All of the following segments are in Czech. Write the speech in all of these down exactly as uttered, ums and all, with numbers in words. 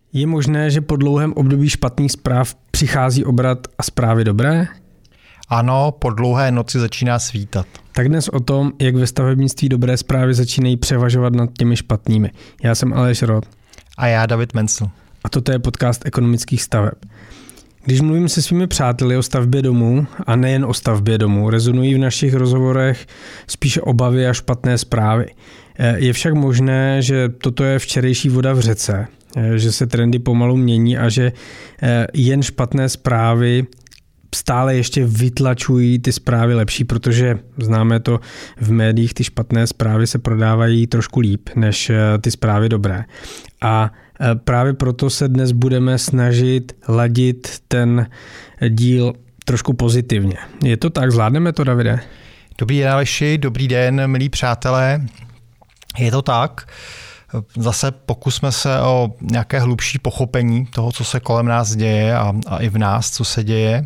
Je možné, že po dlouhém období špatných zpráv přichází obrat a zprávy dobré? Ano, po dlouhé noci začíná svítat. Tak dnes o tom, jak ve stavebnictví dobré zprávy začínají převažovat nad těmi špatnými. Já jsem Aleš Rod. A já David Mencl. A toto je podcast ekonomických staveb. Když mluvím se svými přáteli o stavbě domů, a nejen o stavbě domů, rezonují v našich rozhovorech spíše obavy a špatné zprávy. Je však možné, že toto je včerejší voda v řece, že se trendy pomalu mění a že jen špatné zprávy stále ještě vytlačují ty zprávy lepší, protože známe to v médiích, ty špatné zprávy se prodávají trošku líp než ty zprávy dobré. A právě proto se dnes budeme snažit ladit ten díl trošku pozitivně. Je to tak? Zvládneme to, Davide? Dobrý den, Aleši, dobrý den, milí přátelé. Je to tak. Zase pokusme se o nějaké hlubší pochopení toho, co se kolem nás děje a, a i v nás, co se děje.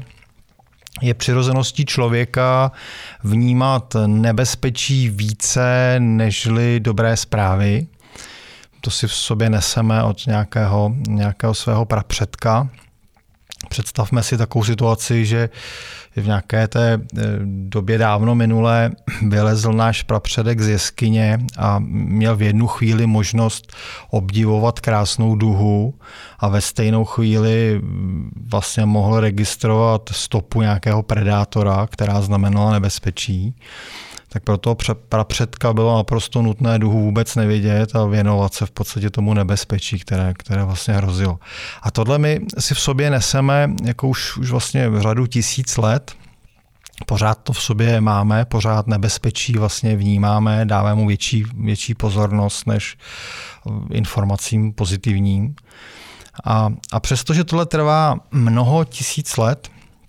Je přirozeností člověka vnímat nebezpečí více nežli dobré zprávy. To si v sobě neseme od nějakého, nějakého svého prapředka. Představme si takovou situaci, že v nějaké té době dávno minulé vylezl náš prapředek z jeskyně a měl v jednu chvíli možnost obdivovat krásnou duhu a ve stejnou chvíli vlastně mohl registrovat stopu nějakého predátora, která znamenala nebezpečí. Tak pro toho prapředka bylo naprosto nutné duhu vůbec nevidět a věnovat se v podstatě tomu nebezpečí, které, které vlastně hrozilo. A tohle my si v sobě neseme jako už, už vlastně řadu tisíc let. Pořád to v sobě máme, pořád nebezpečí vlastně vnímáme, dáváme mu větší, větší pozornost než informacím pozitivním. A, a přestože tohle trvá mnoho tisíc let,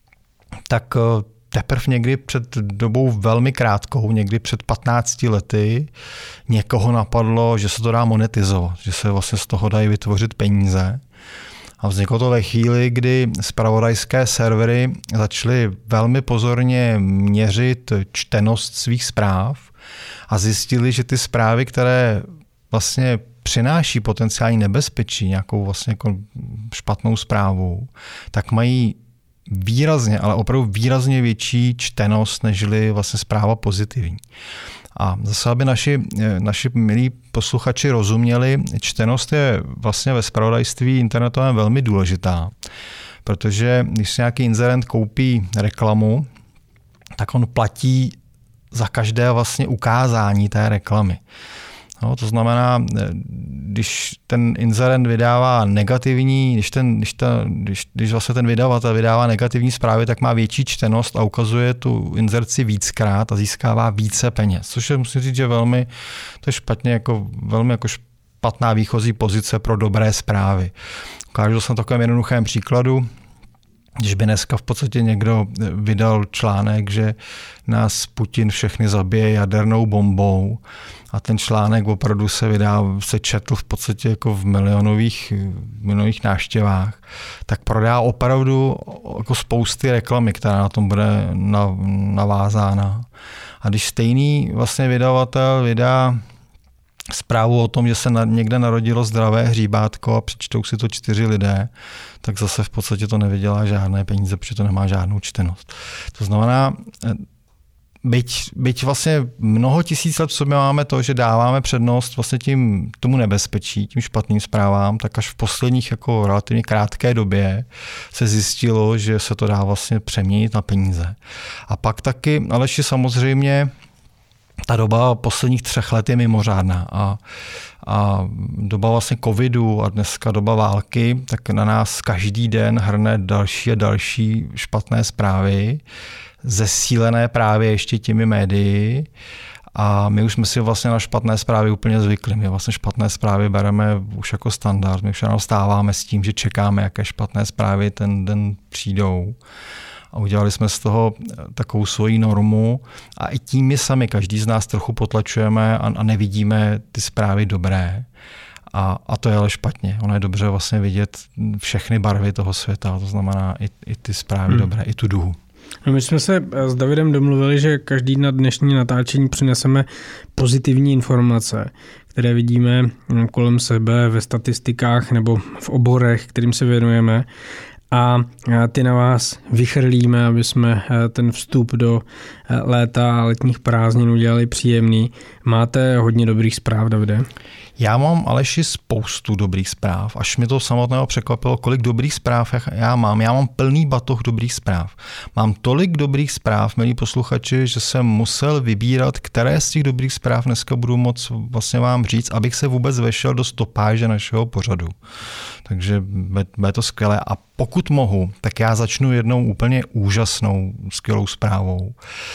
tak teprve někdy před dobou velmi krátkou, někdy před patnácti lety, někoho napadlo, že se to dá monetizovat, že se vlastně z toho dají vytvořit peníze. A vzniklo to ve chvíli, kdy zpravodajské servery začaly velmi pozorně měřit čtenost svých zpráv a zjistili, že ty zprávy, které vlastně přináší potenciální nebezpečí, nějakou vlastně jako špatnou zprávu, tak mají výrazně, ale opravdu výrazně větší čtenost, nežli vlastně zpráva pozitivní. A zase, aby naši, naši milí posluchači rozuměli, čtenost je vlastně ve zpravodajství internetovém velmi důležitá, protože když si nějaký inzerent koupí reklamu, tak on platí za každé vlastně ukázání té reklamy. No, to znamená, když ten inzerent vydává negativní, když, ten, když, ta, když, když vlastně ten vydavatel vydává negativní zprávy, tak má větší čtenost a ukazuje tu inzerci víckrát a získává více peněz. Což je, musím říct, že velmi, to je špatně, jako, velmi jako špatná výchozí pozice pro dobré zprávy. Ukážu to na takovém jednoduchém příkladu. Když by dneska v podstatě někdo vydal článek, že nás Putin všechny zabije jadernou bombou a ten článek opravdu se vydá, se četl v podstatě jako v milionových, milionových návštěvách, tak prodá opravdu jako spousty reklamy, která na tom bude navázána. A když stejný vlastně vydavatel vydá zprávu o tom, že se někde narodilo zdravé hříbátko a přečtou si to čtyři lidé, tak zase v podstatě to nevydělá žádné peníze, protože to nemá žádnou čtenost. To znamená, byť, byť vlastně mnoho tisíc let v sobě máme to, že dáváme přednost vlastně tím, tomu nebezpečí, tím špatným zprávám, tak až v posledních jako relativně krátké době se zjistilo, že se to dá vlastně přeměnit na peníze. A pak taky, Aleši, samozřejmě ta doba posledních třech let je mimořádná a, a doba vlastně covidu a dneska doba války, tak na nás každý den hrne další a další špatné zprávy, zesílené právě ještě těmi médii a my už jsme si vlastně na špatné zprávy úplně zvykli. My vlastně špatné zprávy bereme už jako standard. My už stáváme s tím, že čekáme, jaké špatné zprávy ten den přijdou. A udělali jsme z toho takovou svoji normu a i tím my sami, každý z nás trochu potlačujeme a, a nevidíme ty zprávy dobré. A, a to je ale špatně. Ono je dobře vlastně vidět všechny barvy toho světa, to znamená i, i ty zprávy hmm. dobré, i tu duhu. No my jsme se s Davidem domluvili, že každý na dnešní natáčení přineseme pozitivní informace, které vidíme kolem sebe ve statistikách nebo v oborech, kterým se věnujeme. A ty na vás vychrlíme, aby jsme ten vstup do léta a letních prázdnin udělali příjemný. Máte hodně dobrých zpráv, Davide? Já mám, Aleši, spoustu dobrých zpráv. Až mi to samotného překvapilo, kolik dobrých zpráv já mám. Já mám plný batoh dobrých zpráv. Mám tolik dobrých zpráv, milí posluchači, že jsem musel vybírat, které z těch dobrých zpráv dneska budu moc vlastně vám říct, abych se vůbec vešel do stopáže našeho pořadu. Takže bude to skvělé. A pokud mohu, tak já začnu jednou úplně úžasnou, skvělou zprávou.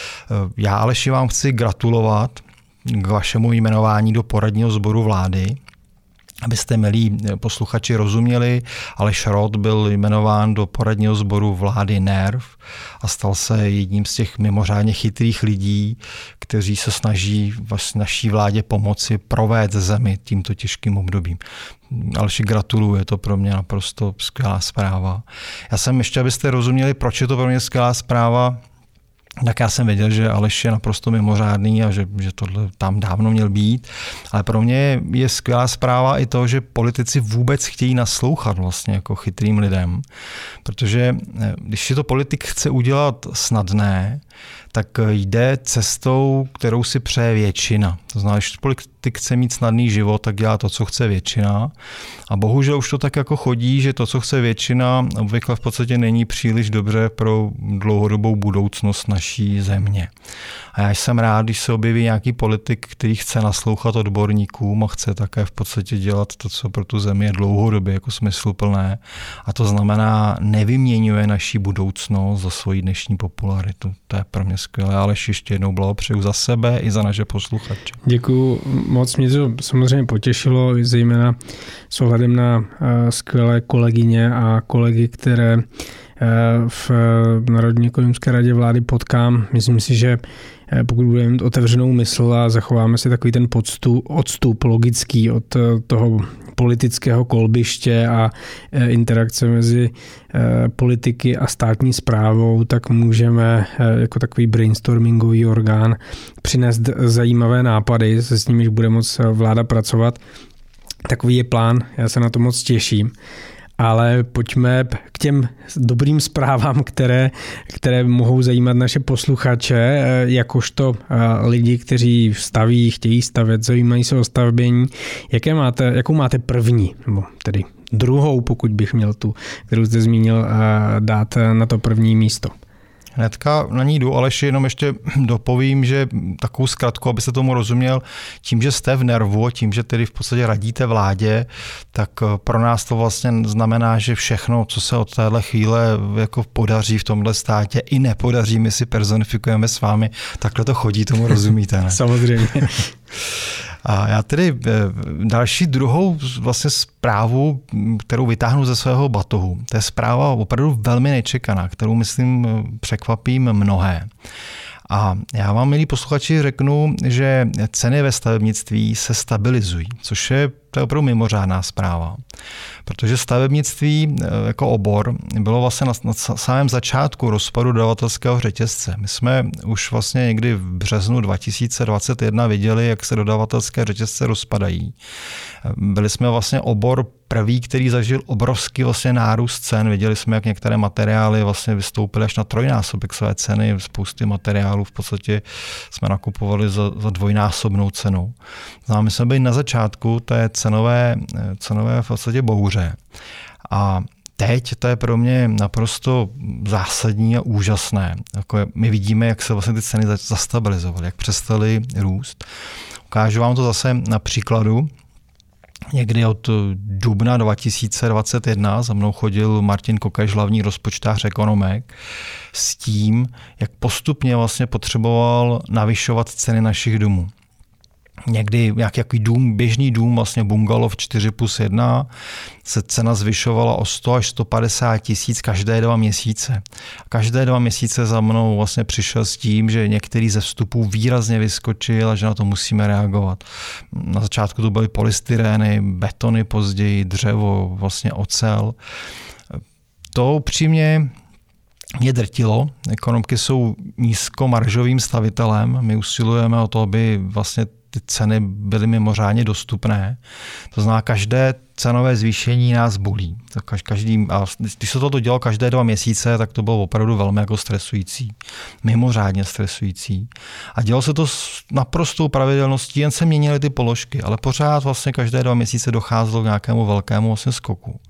Já, Aleši, vám chci gratulovat k vašemu jmenování do poradního sboru vlády. Abyste, milí posluchači, rozuměli, Aleš Roth byl jmenován do poradního sboru vlády N E R V a stal se jedním z těch mimořádně chytrých lidí, kteří se snaží naší vládě pomoci provést zemi tímto těžkým obdobím. Aleši, gratuluju, je to pro mě naprosto skvělá zpráva. Já jsem ještě, abyste rozuměli, proč je to pro mě skvělá zpráva, tak já jsem věděl, že Aleš je naprosto mimořádný a že, že tohle tam dávno měl být. Ale pro mě je skvělá zpráva i to, že politici vůbec chtějí naslouchat vlastně jako chytrým lidem. Protože když si to politik chce udělat snadné, tak jde cestou, kterou si přeje většina. To znamená, že politik chce mít snadný život, tak dělá to, co chce většina. A bohužel už to tak jako chodí, že to, co chce většina, obvykle v podstatě není příliš dobře pro dlouhodobou budoucnost naší země. A já jsem rád, když se objeví nějaký politik, který chce naslouchat odborníkům a chce také v podstatě dělat to, co pro tu zemi je dlouhodobě jako smysluplné. A to znamená, nevyměňuje naší budoucnost za svoji dnešní popularitu. To je pro mě skvělé, ale ještě jednou blahopřeju za sebe i za naše posluchače. Děkuju moc, mě to samozřejmě potěšilo, zejména s ohledem na skvělé kolegyně a kolegy, které v Národní ekonomické radě vlády potkám. Myslím si, že pokud budeme mít otevřenou mysl a zachováme si takový ten podstup, odstup logický od toho politického kolbiště a interakce mezi politiky a státní správou, tak můžeme jako takový brainstormingový orgán přinést zajímavé nápady, se s nimiž bude moc vláda pracovat. Takový je plán, já se na to moc těším. Ale pojďme k těm dobrým zprávám, které, které mohou zajímat naše posluchače, jakožto lidi, kteří staví, chtějí stavět, zajímají se o stavbění. Jaké máte, jakou máte první, nebo tedy druhou, pokud bych měl tu, kterou jste zmínil, dát na to první místo? Hnedka na ní jdu, Aleši, jenom ještě dopovím, že takovou zkratku, aby se tomu rozuměl, tím, že jste v nervu, tím, že tedy v podstatě radíte vládě, tak pro nás to vlastně znamená, že všechno, co se od téhle chvíle jako podaří v tomhle státě i nepodaří, my si personifikujeme s vámi, takhle to chodí, tomu rozumíte, ne? Samozřejmě. A já tedy další druhou vlastně zprávu, kterou vytáhnu ze svého batohu, to je zpráva opravdu velmi nečekaná, kterou myslím překvapím mnohé. A já vám, milí posluchači, řeknu, že ceny ve stavebnictví se stabilizují, což je, to je opravdu mimořádná zpráva. Protože stavebnictví jako obor bylo vlastně na, na samém začátku rozpadu dodavatelského řetězce. My jsme už vlastně někdy v březnu dva tisíce dvacet jedna viděli, jak se dodavatelské řetězce rozpadají. Byli jsme vlastně obor prvý, který zažil obrovský vlastně nárůst cen. Viděli jsme, jak některé materiály vlastně vystoupily až na trojnásobek své ceny. Spousty materiálů v podstatě jsme nakupovali za, za dvojnásobnou cenu. No, my jsme byli na začátku té cenové, cenové v podstatě bouře. A teď to je pro mě naprosto zásadní a úžasné. Jako my vidíme, jak se vlastně ty ceny zastabilizovaly, jak přestaly růst. Ukážu vám to zase na příkladu. Někdy od dubna dva tisíce dvacet jedna za mnou chodil Martin Kokeš, hlavní rozpočtář ekonomek, s tím, jak postupně vlastně potřeboval navyšovat ceny našich domů. Někdy nějaký dům, běžný dům, vlastně bungalov čtyři plus jedna, se cena zvyšovala o sto až sto padesát tisíc každé dva měsíce. Každé dva měsíce za mnou vlastně přišel s tím, že některý ze vstupů výrazně vyskočil a že na to musíme reagovat. Na začátku to byly polystyrény, betony později, dřevo, vlastně ocel. To upřímně mě drtilo. Ekonomky jsou nízkomaržovým stavitelem. My usilujeme o to, aby vlastně ty ceny byly mimořádně dostupné. To znamená, každé cenové zvýšení nás bolí. Každý, a když se toto dělo každé dva měsíce, tak to bylo opravdu velmi jako stresující. Mimořádně stresující. A dělo se to s naprostou pravidelností, jen se měnily ty položky, ale pořád vlastně každé dva měsíce docházelo k nějakému velkému vlastně skoku.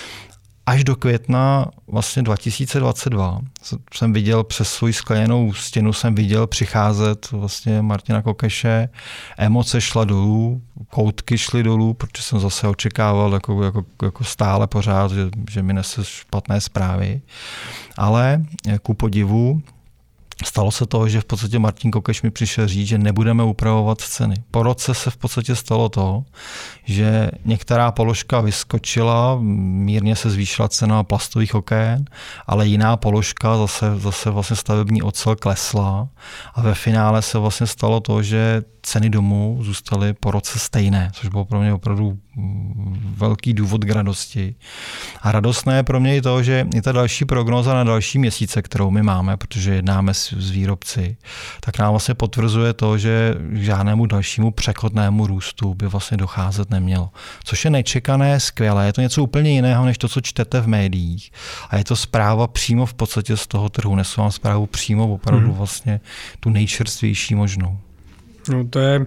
Až do května vlastně dva tisíce dvacet dva jsem viděl přes svou skleněnou stěnu jsem viděl přicházet vlastně Martina Kokeše, emoce šla dolů, koutky šly dolů, protože jsem zase očekával jako, jako, jako stále pořád, že, že mi nese špatné zprávy. Ale ku podivu stalo se to, že v podstatě Martin Kokeš mi přišel říct, že nebudeme upravovat ceny. Po roce se v podstatě stalo to, že některá položka vyskočila, mírně se zvýšila cena plastových okén, ale jiná položka, zase, zase vlastně stavební ocel klesla a ve finále se vlastně stalo to, že ceny domů zůstaly po roce stejné, což bylo pro mě opravdu velký důvod k radosti. A radostné je pro mě i to, že i ta další prognóza na další měsíce, kterou my máme, protože jednáme s, s výrobci, tak nám vlastně potvrzuje to, že k žádnému dalšímu překotnému růstu by vlastně docházet nemělo. Což je nečekané, skvělé. Je to něco úplně jiného, než to, co čtete v médiích. A je to zpráva přímo v podstatě z toho trhu. Nesu vám zprávu přímo opravdu hmm. vlastně tu nejčerstvější možnou. No to je uh,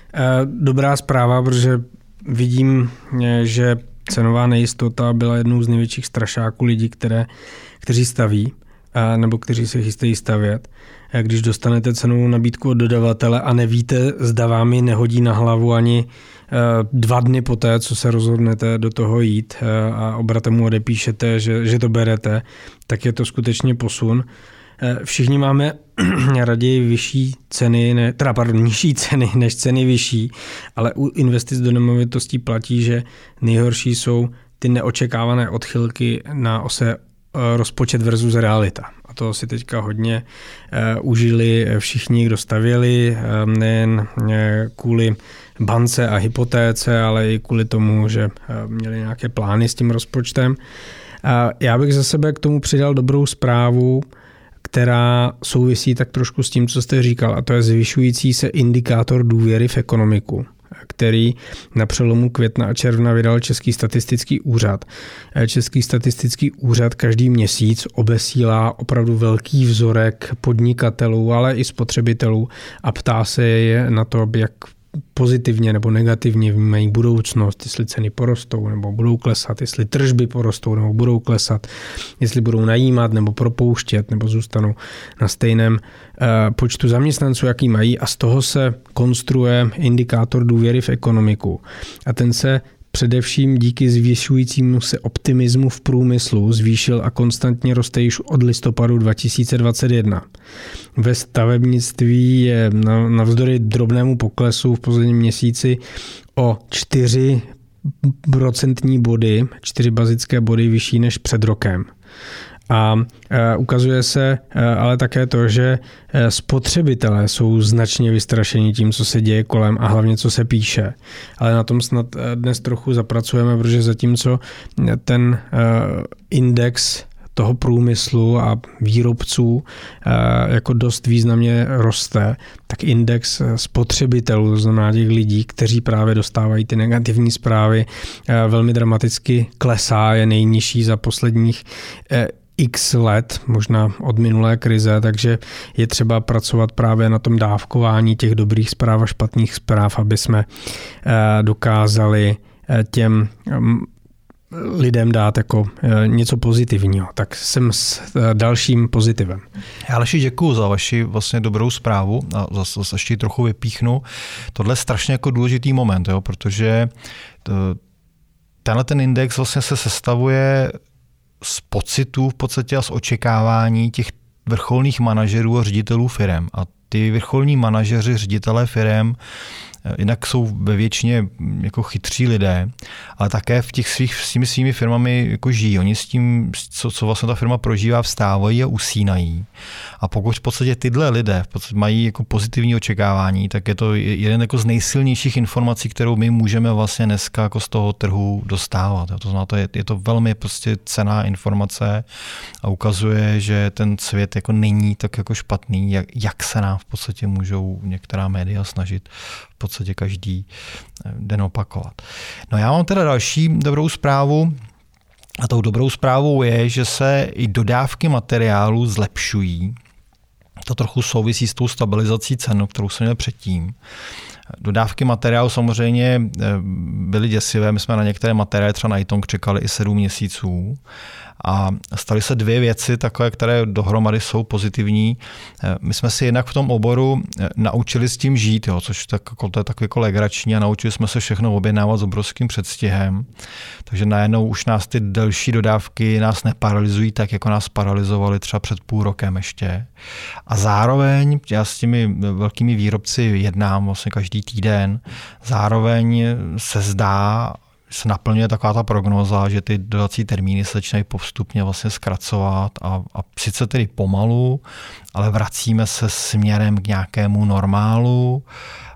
dobrá zpráva, protože vidím, že cenová nejistota byla jednou z největších strašáků lidí, které, kteří staví uh, nebo kteří se chystají stavět. Uh, když dostanete cenovou nabídku od dodavatele a nevíte, zda vám ji nehodí na hlavu ani uh, dva dny poté, co se rozhodnete do toho jít uh, a obratem mu odepíšete, že, že to berete, tak je to skutečně posun. Všichni máme raději vyšší ceny, ne, teda pardon, nižší ceny než ceny vyšší, ale u investic do nemovitostí platí, že nejhorší jsou ty neočekávané odchylky na ose rozpočet versus realita. A to si teďka hodně uh, užili všichni, kdo stavěli, uh, nejen uh, kvůli bance a hypotéce, ale i kvůli tomu, že uh, měli nějaké plány s tím rozpočtem. Uh, já bych za sebe k tomu přidal dobrou zprávu, která souvisí tak trošku s tím, co jste říkal, a to je zvyšující se indikátor důvěry v ekonomiku, který na přelomu května a června vydal Český statistický úřad. Český statistický úřad každý měsíc obesílá opravdu velký vzorek podnikatelů, ale i spotřebitelů a ptá se je na to, jak pozitivně nebo negativně vnímají budoucnost, jestli ceny porostou nebo budou klesat, jestli tržby porostou nebo budou klesat, jestli budou najímat nebo propouštět nebo zůstanou na stejném uh, počtu zaměstnanců, jaký mají, a z toho se konstruuje indikátor důvěry v ekonomiku. A ten se především díky zvyšujícímu se optimismu v průmyslu zvýšil a konstantně roste již od listopadu dva tisíce dvacet jedna. Ve stavebnictví je navzdory drobnému poklesu v posledním měsíci o čtyři procentní body, čtyři bazické body vyšší než před rokem. A ukazuje se ale také to, že spotřebitelé jsou značně vystrašeni tím, co se děje kolem a hlavně, co se píše. Ale na tom snad dnes trochu zapracujeme, protože zatímco ten index toho průmyslu a výrobců jako dost významně roste, tak index spotřebitelů, to znamená těch lidí, kteří právě dostávají ty negativní zprávy, velmi dramaticky klesá, je nejnižší za posledních x let, možná od minulé krize, takže je třeba pracovat právě na tom dávkování těch dobrých zpráv a špatných zpráv, aby jsme dokázali těm lidem dát jako něco pozitivního. Tak jsem s dalším pozitivem. Já Aleši děkuju za vaši vlastně dobrou zprávu a zase, zase ještě trochu vypíchnu. Tohle je strašně jako důležitý moment, jo, protože to, tenhle ten index vlastně se sestavuje z pocitů v podstatě a z očekávání těch vrcholných manažerů a ředitelů firem. A ty vrcholní manažeři, ředitelé firem jinak jsou ve většině jako chytří lidé, ale také v těch svých, s těmi svými firmami jako žijí. Oni s tím, co, co vlastně ta firma prožívá, vstávají a usínají. A pokud v podstatě tyhle lidé v podstatě mají jako pozitivní očekávání, tak je to jeden jako z nejsilnějších informací, kterou my můžeme vlastně dneska jako z toho trhu dostávat. To znamená, to je, je to velmi prostě cenná informace a ukazuje, že ten svět jako není tak jako špatný, jak, jak se nám v podstatě můžou některá média snažit v podstatě každý den opakovat. No já mám teda další dobrou zprávu. A tou dobrou zprávou je, že se i dodávky materiálu zlepšují. To trochu souvisí s tou stabilizací cen, kterou jsme měli předtím. Dodávky materiálu samozřejmě byly děsivé. My jsme na některé materiály třeba na Itong čekali i sedm měsíců. A staly se dvě věci takové, které dohromady jsou pozitivní. My jsme si jednak v tom oboru naučili s tím žít, jo, což tak, to je takový jako legrační a naučili jsme se všechno objednávat s obrovským předstihem. Takže najednou už nás ty delší dodávky nás neparalyzují tak, jako nás paralyzovaly třeba před půl rokem ještě. A zároveň, já s těmi velkými výrobci jednám vlastně každý týden, zároveň se zdá, se naplňuje taková ta prognóza, že ty dodací termíny se začínají postupně vlastně zkracovat a, a sice tedy pomalu, ale vracíme se směrem k nějakému normálu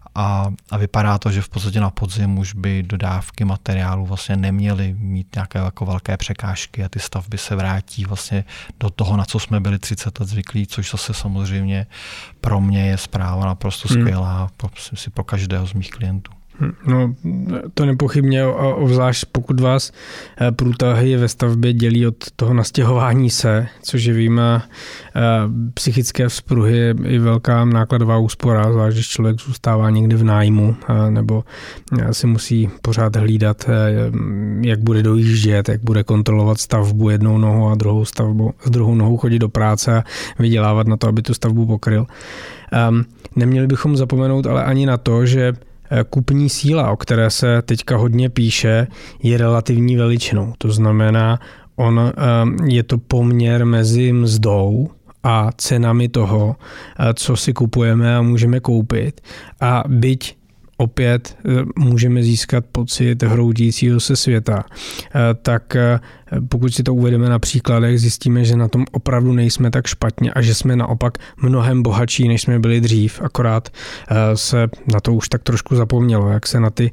a, a vypadá to, že v podstatě na podzim už by dodávky materiálu vlastně neměly mít nějaké jako velké překážky a ty stavby se vrátí vlastně do toho, na co jsme byli třicet let zvyklí, což zase samozřejmě pro mě je zpráva naprosto skvělá, hmm. pro, si pro každého z mých klientů. No, to nepochybně, obzvlášť pokud vás průtahy ve stavbě dělí od toho nastěhování se, což je výjima psychické vzpruhy, je i velká nákladová úspora, zvlášť když člověk zůstává někde v nájmu nebo si musí pořád hlídat, jak bude dojíždět, jak bude kontrolovat stavbu jednou nohou a druhou stavbu, s druhou nohou chodit do práce a vydělávat na to, aby tu stavbu pokryl. Neměli bychom zapomenout ale ani na to, že kupní síla, o které se teďka hodně píše, je relativní veličinou. To znamená, on, je to poměr mezi mzdou a cenami toho, co si kupujeme a můžeme koupit. A byť opět můžeme získat pocit hroutícího se světa, tak pokud si to uvedeme na příkladech, zjistíme, že na tom opravdu nejsme tak špatně a že jsme naopak mnohem bohatší, než jsme byli dřív. Akorát se na to už tak trošku zapomnělo, jak se na ty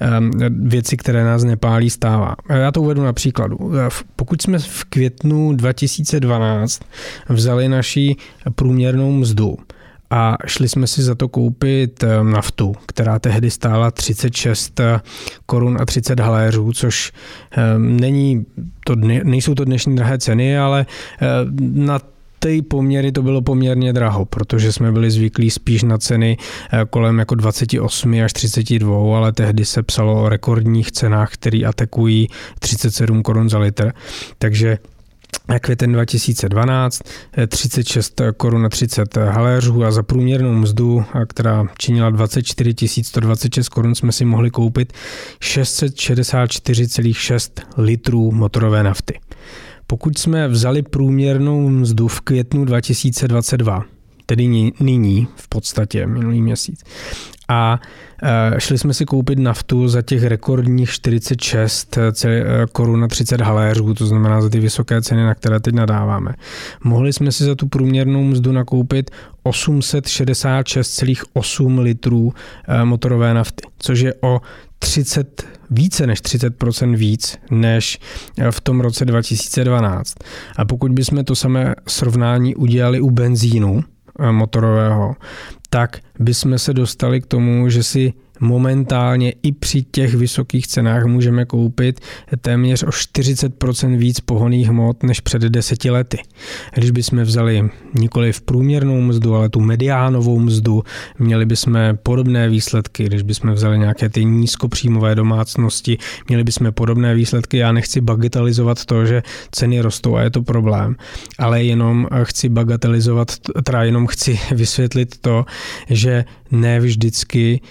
věci, které nás nepálí, stává. Já to uvedu na příkladu. Pokud jsme v květnu dva tisíce dvanáct vzali naši průměrnou mzdu, a šli jsme si za to koupit naftu, která tehdy stála třicet šest korun a třicet haléřů, což není to, nejsou to dnešní drahé ceny, ale na ty poměry to bylo poměrně draho, protože jsme byli zvyklí spíš na ceny kolem jako dvacet osm až třicet dva, ale tehdy se psalo o rekordních cenách, které atakují třicet sedm korun za litr. Takže květen dva tisíce dvanáct, třicet šest korun a třicet haléřů a za průměrnou mzdu, která činila dvacet čtyři tisíc sto dvacet šest korun, jsme si mohli koupit šest set šedesát čtyři celá šest litrů motorové nafty. Pokud jsme vzali průměrnou mzdu v květnu dva tisíce dvacet dva, tedy nyní v podstatě minulý měsíc, a šli jsme si koupit naftu za těch rekordních čtyřicet šest korun a třicet haléřů, to znamená za ty vysoké ceny, na které teď nadáváme. Mohli jsme si za tu průměrnou mzdu nakoupit osm set šedesát šest celá osm litrů motorové nafty, což je o třicet, více než třicet procent víc než v tom roce dva tisíce dvanáct. A pokud bychom to samé srovnání udělali u benzínu motorového, tak bychom se dostali k tomu, že si momentálně i při těch vysokých cenách můžeme koupit téměř o čtyřicet procent víc pohonných hmot než před deseti lety. Když bychom vzali nikoli v průměrnou mzdu, ale tu mediánovou mzdu, měli bychom podobné výsledky. Když bychom vzali nějaké ty nízkopříjmové domácnosti, měli bychom podobné výsledky. Já nechci bagatelizovat to, že ceny rostou a je to problém, ale jenom chci bagatelizovat, teda jenom chci vysvětlit to, že ne vždycky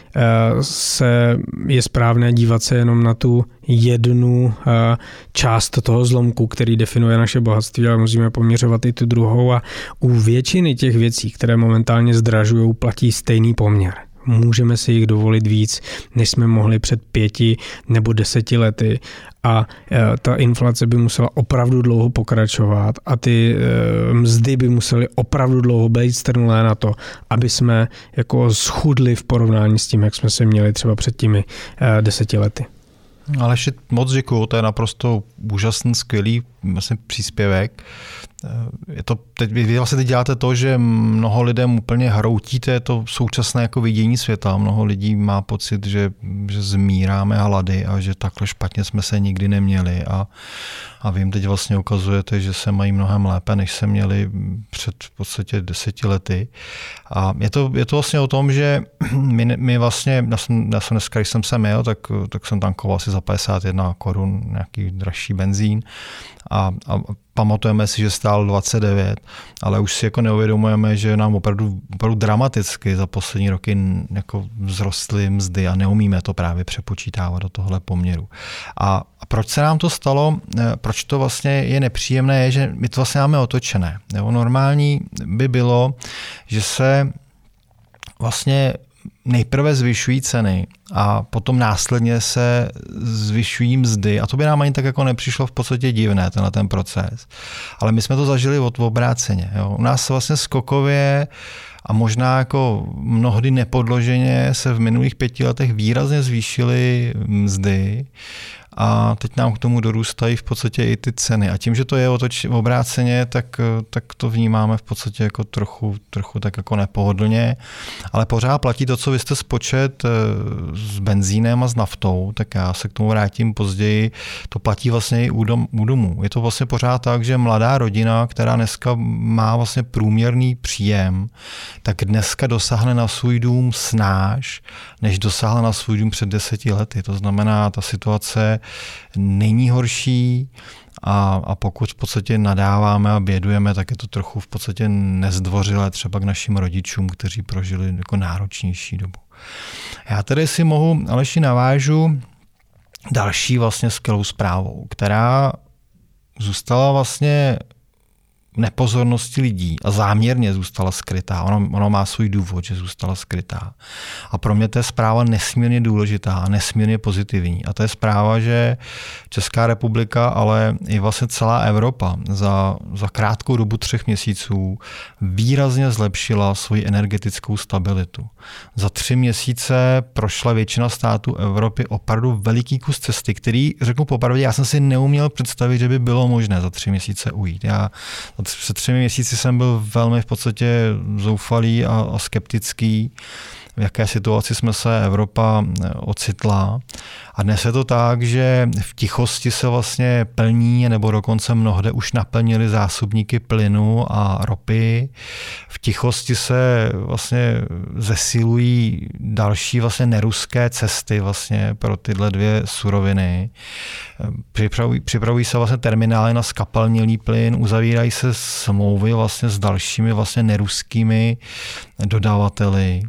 se je správné dívat se jenom na tu jednu část toho zlomku, který definuje naše bohatství, ale musíme poměřovat i tu druhou a u většiny těch věcí, které momentálně zdražují, platí stejný poměr. Můžeme si jich dovolit víc, než jsme mohli před pěti nebo deseti lety a ta inflace by musela opravdu dlouho pokračovat a ty mzdy by musely opravdu dlouho být strnulé na to, aby jsme jako schudli v porovnání s tím, jak jsme se měli třeba před těmi deseti lety. Ale ještě moc děkuju, to je naprosto úžasný, skvělý vlastně příspěvek. Je to, teď, vy vlastně teď děláte to, že mnoho lidem úplně hroutíte to současné jako vidění světa. Mnoho lidí má pocit, že, že zmíráme hlady a že takhle špatně jsme se nikdy neměli. A, a vy jim teď vlastně ukazujete, že se mají mnohem lépe, než se měli před v podstatě deseti lety. A je to, je to vlastně o tom, že my, my vlastně, já jsem, já jsem dneska, když jsem sem jel, tak, tak jsem tankoval asi za padesát jedna korun nějaký dražší benzín. A, a pamatujeme si, že stál dvacet devět, ale už si jako neuvědomujeme, že nám opravdu, opravdu dramaticky za poslední roky jako vzrostly mzdy a neumíme to právě přepočítávat do tohle poměru. A, a proč se nám to stalo, proč to vlastně je nepříjemné, je, že my to vlastně máme otočené. Jo? Normální by bylo, že se vlastně nejprve zvyšují ceny a potom následně se zvyšují mzdy. A to by nám ani tak jako nepřišlo v podstatě divné, tenhle ten proces. Ale my jsme to zažili od obráceně. Jo. U nás vlastně skokově a možná jako mnohdy nepodloženě se v minulých pěti letech výrazně zvýšily mzdy a teď nám k tomu dorůstají v podstatě i ty ceny. A tím, že to je otoč, obráceně, tak, tak to vnímáme v podstatě jako trochu, trochu tak jako nepohodlně. Ale pořád platí to, co vy jste spočet s benzínem a s naftou, tak já se k tomu vrátím později. To platí vlastně i u, dom, u domů. Je to vlastně pořád tak, že mladá rodina, která dneska má vlastně průměrný příjem, tak dneska dosáhne na svůj dům snáš, než dosáhla na svůj dům před deseti lety. To znamená, ta situace není horší a, a pokud v podstatě nadáváme a bědujeme, tak je to trochu v podstatě nezdvořilé třeba k našim rodičům, kteří prožili jako náročnější dobu. Já tedy si mohu, Aleši, navážu další vlastně skvělou zprávou, která zůstala vlastně nepozornosti lidí a záměrně zůstala skrytá. Ono, ono má svůj důvod, že zůstala skrytá. A pro mě to je zpráva nesmírně důležitá a nesmírně pozitivní. A to je zpráva, že Česká republika, ale i vlastně celá Evropa za, za krátkou dobu třech měsíců výrazně zlepšila svoji energetickou stabilitu. Za tři měsíce prošla většina států Evropy opravdu veliký kus cesty, který, řeknu popravdě, já jsem si neuměl představit, že by bylo možné za tři měsíce ujít. Já před třemi měsíci jsem byl velmi v podstatě zoufalý a, a skeptický, v jaké situaci jsme se Evropa ocitla. A dnes je to tak, že v tichosti se vlastně plní, nebo dokonce mnohde už naplnili zásobníky plynu a ropy. V tichosti se vlastně zesilují další vlastně neruské cesty vlastně pro tyhle dvě suroviny. Připravují, připravují se vlastně terminály na skapalnělý plyn, uzavírají se smlouvy vlastně s dalšími vlastně neruskými dodavateli.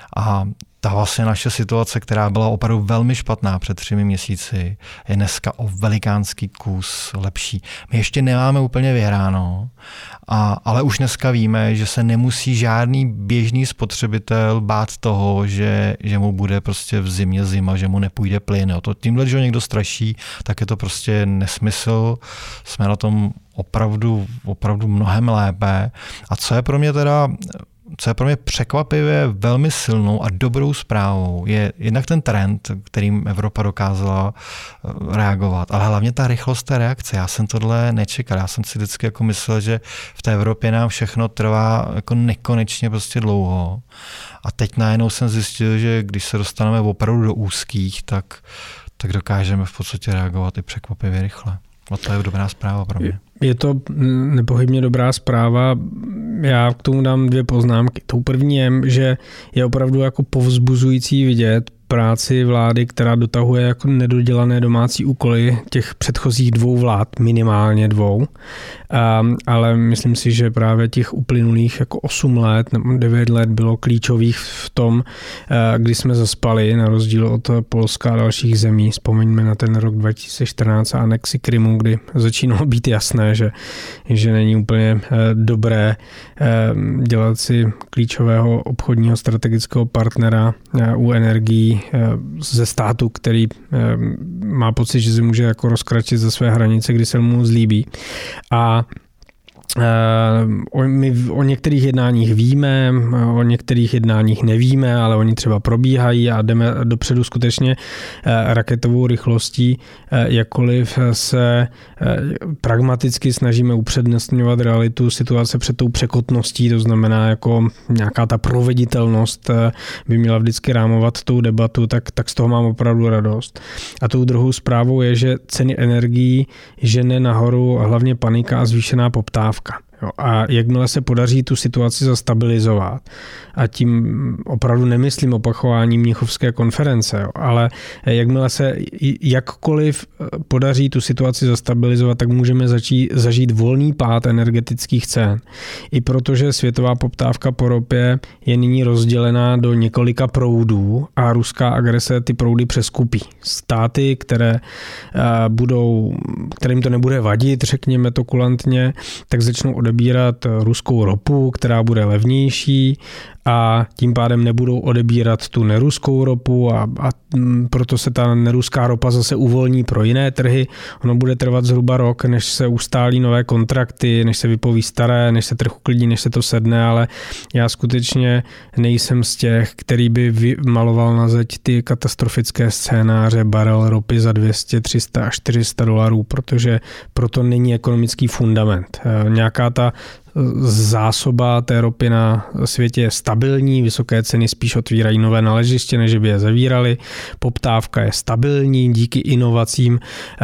A ta vlastně naše situace, která byla opravdu velmi špatná před třemi měsíci, je dneska o velikánský kus lepší. My ještě nemáme úplně vyhráno, a, ale už dneska víme, že se nemusí žádný běžný spotřebitel bát toho, že, že mu bude prostě v zimě zima, že mu nepůjde plyn. To tímhle, že ho někdo straší, tak je to prostě nesmysl. Jsme na tom opravdu, opravdu mnohem lépe. A co je pro mě teda Co je pro mě překvapivě velmi silnou a dobrou zprávou, je jednak ten trend, kterým Evropa dokázala reagovat, ale hlavně ta rychlost té reakce. Já jsem tohle nečekal. Já jsem si vždycky jako myslel, že v té Evropě nám všechno trvá jako nekonečně prostě dlouho. A teď najednou jsem zjistil, že když se dostaneme opravdu do úzkých, tak, tak dokážeme v podstatě reagovat i překvapivě rychle. A to je dobrá zpráva pro mě. Je to nepochybně dobrá zpráva. Já k tomu dám dvě poznámky. Tou první je, že je opravdu jako povzbuzující vidět práci vlády, která dotahuje jako nedodělané domácí úkoly těch předchozích dvou vlád, minimálně dvou. Ale myslím si, že právě těch uplynulých jako osm let nebo devět let bylo klíčových v tom, kdy jsme zaspali, na rozdíl od Polska a dalších zemí. Vzpomeňme na ten rok dva tisíce čtrnáct a anexi Krymu, kdy začínalo být jasné, že, že není úplně dobré dělat si klíčového obchodního strategického partnera u energií ze státu, který má pocit, že se může jako rozkračit za své hranice, kdy se mu zlíbí. A my o některých jednáních víme, o některých jednáních nevíme, ale oni třeba probíhají a jdeme dopředu skutečně raketovou rychlostí, jakkoliv se pragmaticky snažíme upřednostňovat realitu situace před tou překotností, to znamená jako nějaká ta proveditelnost by měla vždycky rámovat tou debatu, tak, tak z toho mám opravdu radost. A tou druhou zprávou je, že ceny energií žene nahoru hlavně panika a zvýšená poptávka. Jo, a jakmile se podaří tu situaci zastabilizovat, a tím opravdu nemyslím opakování Mnichovské konference, jo, ale jakmile se jakkoliv podaří tu situaci zastabilizovat, tak můžeme začít, zažít volný pád energetických cen. I protože světová poptávka po ropě je nyní rozdělená do několika proudů a ruská agrese ty proudy přeskupí. Státy, které budou, kterým to nebude vadit, řekněme to kulantně, tak začnou odebírat ruskou ropu, která bude levnější, a tím pádem nebudou odebírat tu neruskou ropu a, a proto se ta neruská ropa zase uvolní pro jiné trhy. Ono bude trvat zhruba rok, než se ustálí nové kontrakty, než se vypoví staré, než se trh uklidní, než se to sedne, ale já skutečně nejsem z těch, který by maloval na zeď ty katastrofické scénáře barel ropy za dvě stě, tři sta až čtyři sta dolarů, protože proto není ekonomický fundament. Nějaká ta zásoba té ropy na světě je stabilní, vysoké ceny spíš otvírají nové naležiště, než by je zavíraly. Poptávka je stabilní, díky inovacím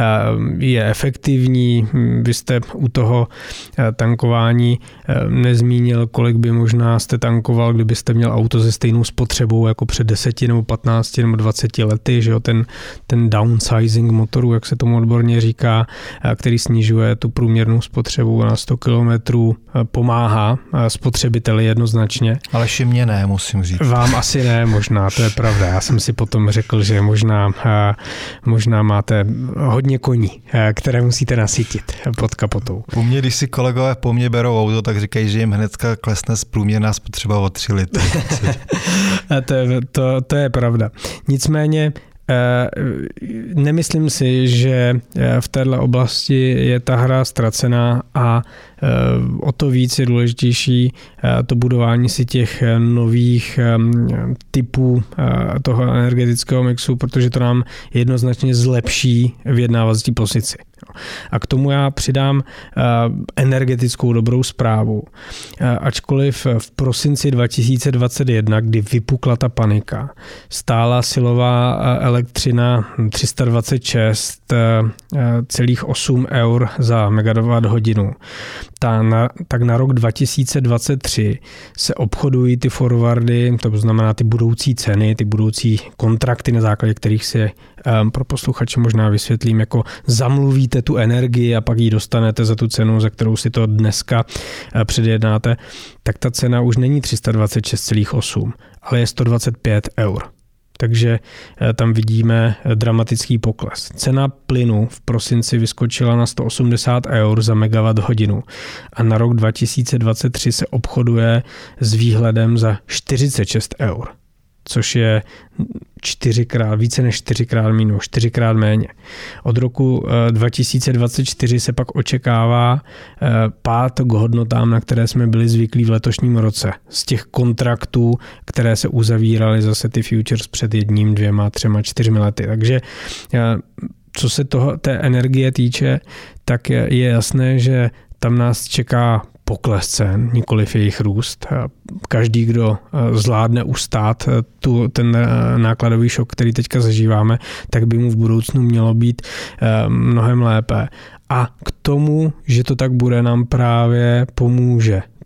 je efektivní. Vy jste u toho tankování nezmínil, kolik by možná jste tankoval, kdybyste měl auto se stejnou spotřebou jako před deseti nebo patnácti nebo dvaceti lety, že jo, ten, ten downsizing motoru, jak se tomu odborně říká, který snižuje tu průměrnou spotřebu na sto kilometrů, pomáhá spotřebiteli jednoznačně. Ale mě ne, musím říct. Vám asi ne, možná, to je pravda. Já jsem si potom řekl, že možná, možná máte hodně koní, které musíte nasytit pod kapotou. Po mně, když si kolegové po mně berou auto, tak říkají, že jim hnedka klesne průměrná spotřeba o tři litry. to, je, to, to je pravda. Nicméně nemyslím si, že v této oblasti je ta hra ztracená a o to víc je důležitější to budování si těch nových typů toho energetického mixu, protože to nám jednoznačně zlepší vyjednávací pozici. A k tomu já přidám energetickou dobrou zprávu. Ačkoliv v prosinci dva tisíce dvacet jedna, kdy vypukla ta panika, stála silová elektřina tři sta dvacet šest celá osm eur za megawatt hodinu, ta na, tak na rok dva tisíce dvacet tři se obchodují ty forwardy, to znamená ty budoucí ceny, ty budoucí kontrakty, na základě kterých si um, pro posluchače možná vysvětlím, jako zamluvíte tu energii a pak ji dostanete za tu cenu, za kterou si to dneska uh, předjednáte, tak ta cena už není tři sta dvacet šest celá osm, ale je sto dvacet pět eur. Takže tam vidíme dramatický pokles. Cena plynu v prosinci vyskočila na sto osmdesát eur za megawatt hodinu a na rok dva tisíce dvacet tři se obchoduje s výhledem za čtyřicet šest eur, což je čtyřikrát, více než čtyřikrát minus, čtyřikrát méně. Od roku dva tisíce dvacet čtyři se pak očekává pád k hodnotám, na které jsme byli zvyklí v letošním roce. Z těch kontraktů, které se uzavíraly zase ty futures před jedním, dvěma, třema, čtyřmi lety. Takže co se toho, té energie týče, tak je, je jasné, že tam nás čeká pokles cen, nikoliv jejich růst. Každý, kdo zvládne ustát tu, ten nákladový šok, který teďka zažíváme, tak by mu v budoucnu mělo být mnohem lépe. A k tomu, že to tak bude, nám právě pomůže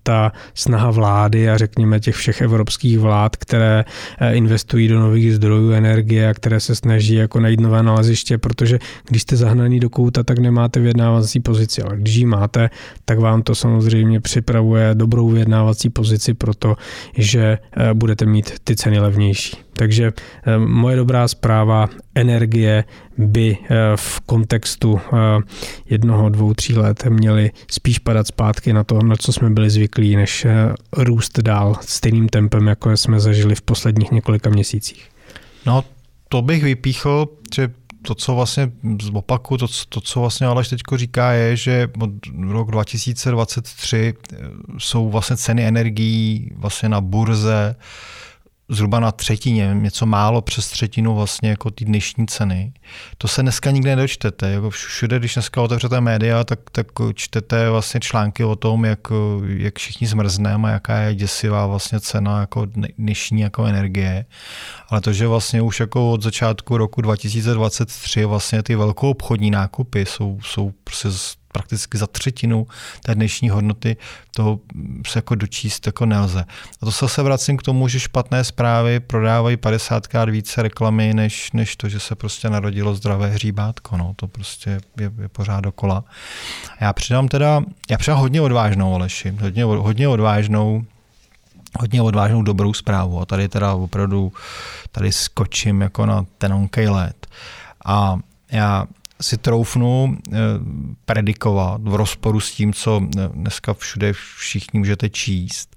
ta snaha vlády a řekněme těch všech evropských vlád, které investují do nových zdrojů energie a které se snaží jako najít nové naleziště, protože když jste zahnaný do kouta, tak nemáte vyjednávací pozici, ale když ji máte, tak vám to samozřejmě připravuje dobrou vyjednávací pozici pro to, že budete mít ty ceny levnější. Takže moje dobrá zpráva, energie by v kontextu jednoho, dvou, tří let měly spíš padat zpátky na to, na co jsme byli zvyklí, než růst dál stejným tempem, jako jsme zažili v posledních několika měsících. No, to bych vypíchl, že to, co vlastně z opaku, to, to, co vlastně Aleš teďko říká, je, že od rok dva tisíce dvacet tři jsou vlastně ceny energií vlastně na burze zhruba na třetině, něco málo přes třetinu vlastně jako ty dnešní ceny. To se dneska nikde nedočtete. Jako všude, když dneska otevřete média, tak, tak čtete vlastně články o tom, jak, jak všichni zmrzneme a jaká je děsivá vlastně cena jako dnešní jako energie. Ale to, že vlastně už jako od začátku roku dva tisíce dvacet tři vlastně ty velkou obchodní nákupy jsou, jsou prostě prakticky za třetinu té dnešní hodnoty, toho se jako dočíst jako nelze. A to se vracím k tomu, že špatné zprávy prodávají padesátkrát více reklamy, než, než to, že se prostě narodilo zdravé hříbátko. No, to prostě je, je pořád dokola. Já přidám teda, já přidám hodně odvážnou, Aleši, hodně, hodně odvážnou, hodně odvážnou dobrou zprávu. A tady teda opravdu tady skočím jako na tenonkej let. A já si troufnu predikovat v rozporu s tím, co dneska všude všichni můžete číst,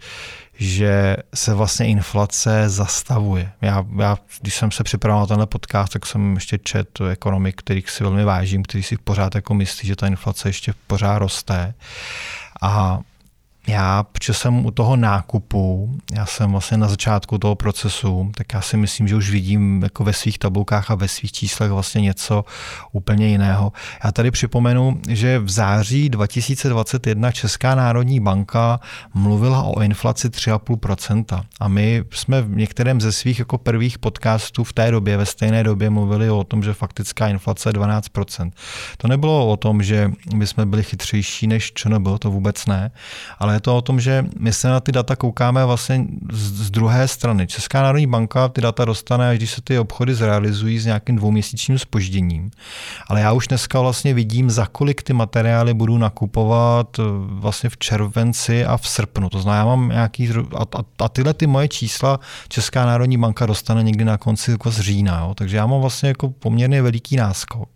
že se vlastně inflace zastavuje. Já, já když jsem se připravoval na tenhle podcast, tak jsem ještě četl ekonomy, kterých si velmi vážím, kteří si pořád jako myslí, že ta inflace ještě pořád roste. A já, protože jsem u toho nákupu, já jsem vlastně na začátku toho procesu, tak já si myslím, že už vidím jako ve svých tabulkách a ve svých číslech vlastně něco úplně jiného. Já tady připomenu, že v září dva tisíce dvacet jedna Česká národní banka mluvila o inflaci tři celá pět procenta. A my jsme v některém ze svých jako prvních podcastů v té době, ve stejné době mluvili o tom, že faktická inflace je dvanáct procent. To nebylo o tom, že my jsme byli chytřejší než ČNB, to vůbec ne, ale je to o tom, že my se na ty data koukáme vlastně z, z druhé strany. Česká národní banka ty data dostane, až když se ty obchody zrealizují s nějakým dvouměsíčním zpožděním. Ale já už dneska vlastně vidím, za kolik ty materiály budu nakupovat vlastně v červenci a v srpnu. To znamená, já mám nějaký a, a, a tyhle ty moje čísla Česká národní banka dostane někdy na konci jako z října. Jo? Takže já mám vlastně jako poměrně veliký náskok.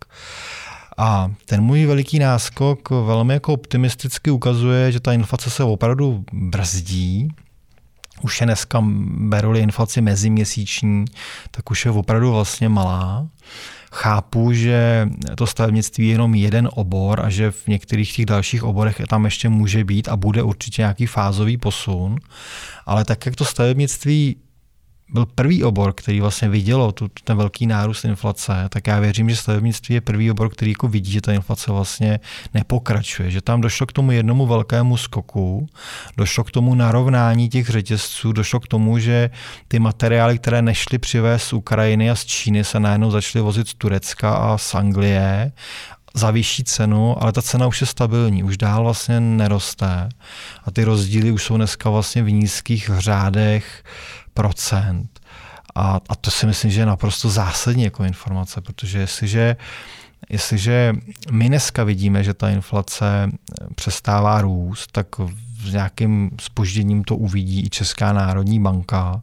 A ten můj veliký náskok velmi jako optimisticky ukazuje, že ta inflace se opravdu brzdí. Už je dneska, beru-li inflaci meziměsíční, tak už je opravdu vlastně malá. Chápu, že to stavebnictví je jenom jeden obor a že v některých těch dalších oborech tam ještě může být a bude určitě nějaký fázový posun. Ale tak, jak to stavebnictví byl první obor, který vlastně vidělo tu, ten velký nárůst inflace, tak já věřím, že stavebnictví je první obor, který jako vidí, že ta inflace vlastně nepokračuje, že tam došlo k tomu jednomu velkému skoku, došlo k tomu narovnání těch řetězců, došlo k tomu, že ty materiály, které nešly přivést z Ukrajiny a z Číny, se najednou začaly vozit z Turecka a z Anglie za vyšší cenu, ale ta cena už je stabilní, už dál vlastně neroste a ty rozdíly už jsou dneska vlastně v nízkých řádech procent. A, a to si myslím, že je naprosto zásadní jako informace, protože jestliže, jestliže my dneska vidíme, že ta inflace přestává růst, tak s nějakým zpožděním to uvidí i Česká národní banka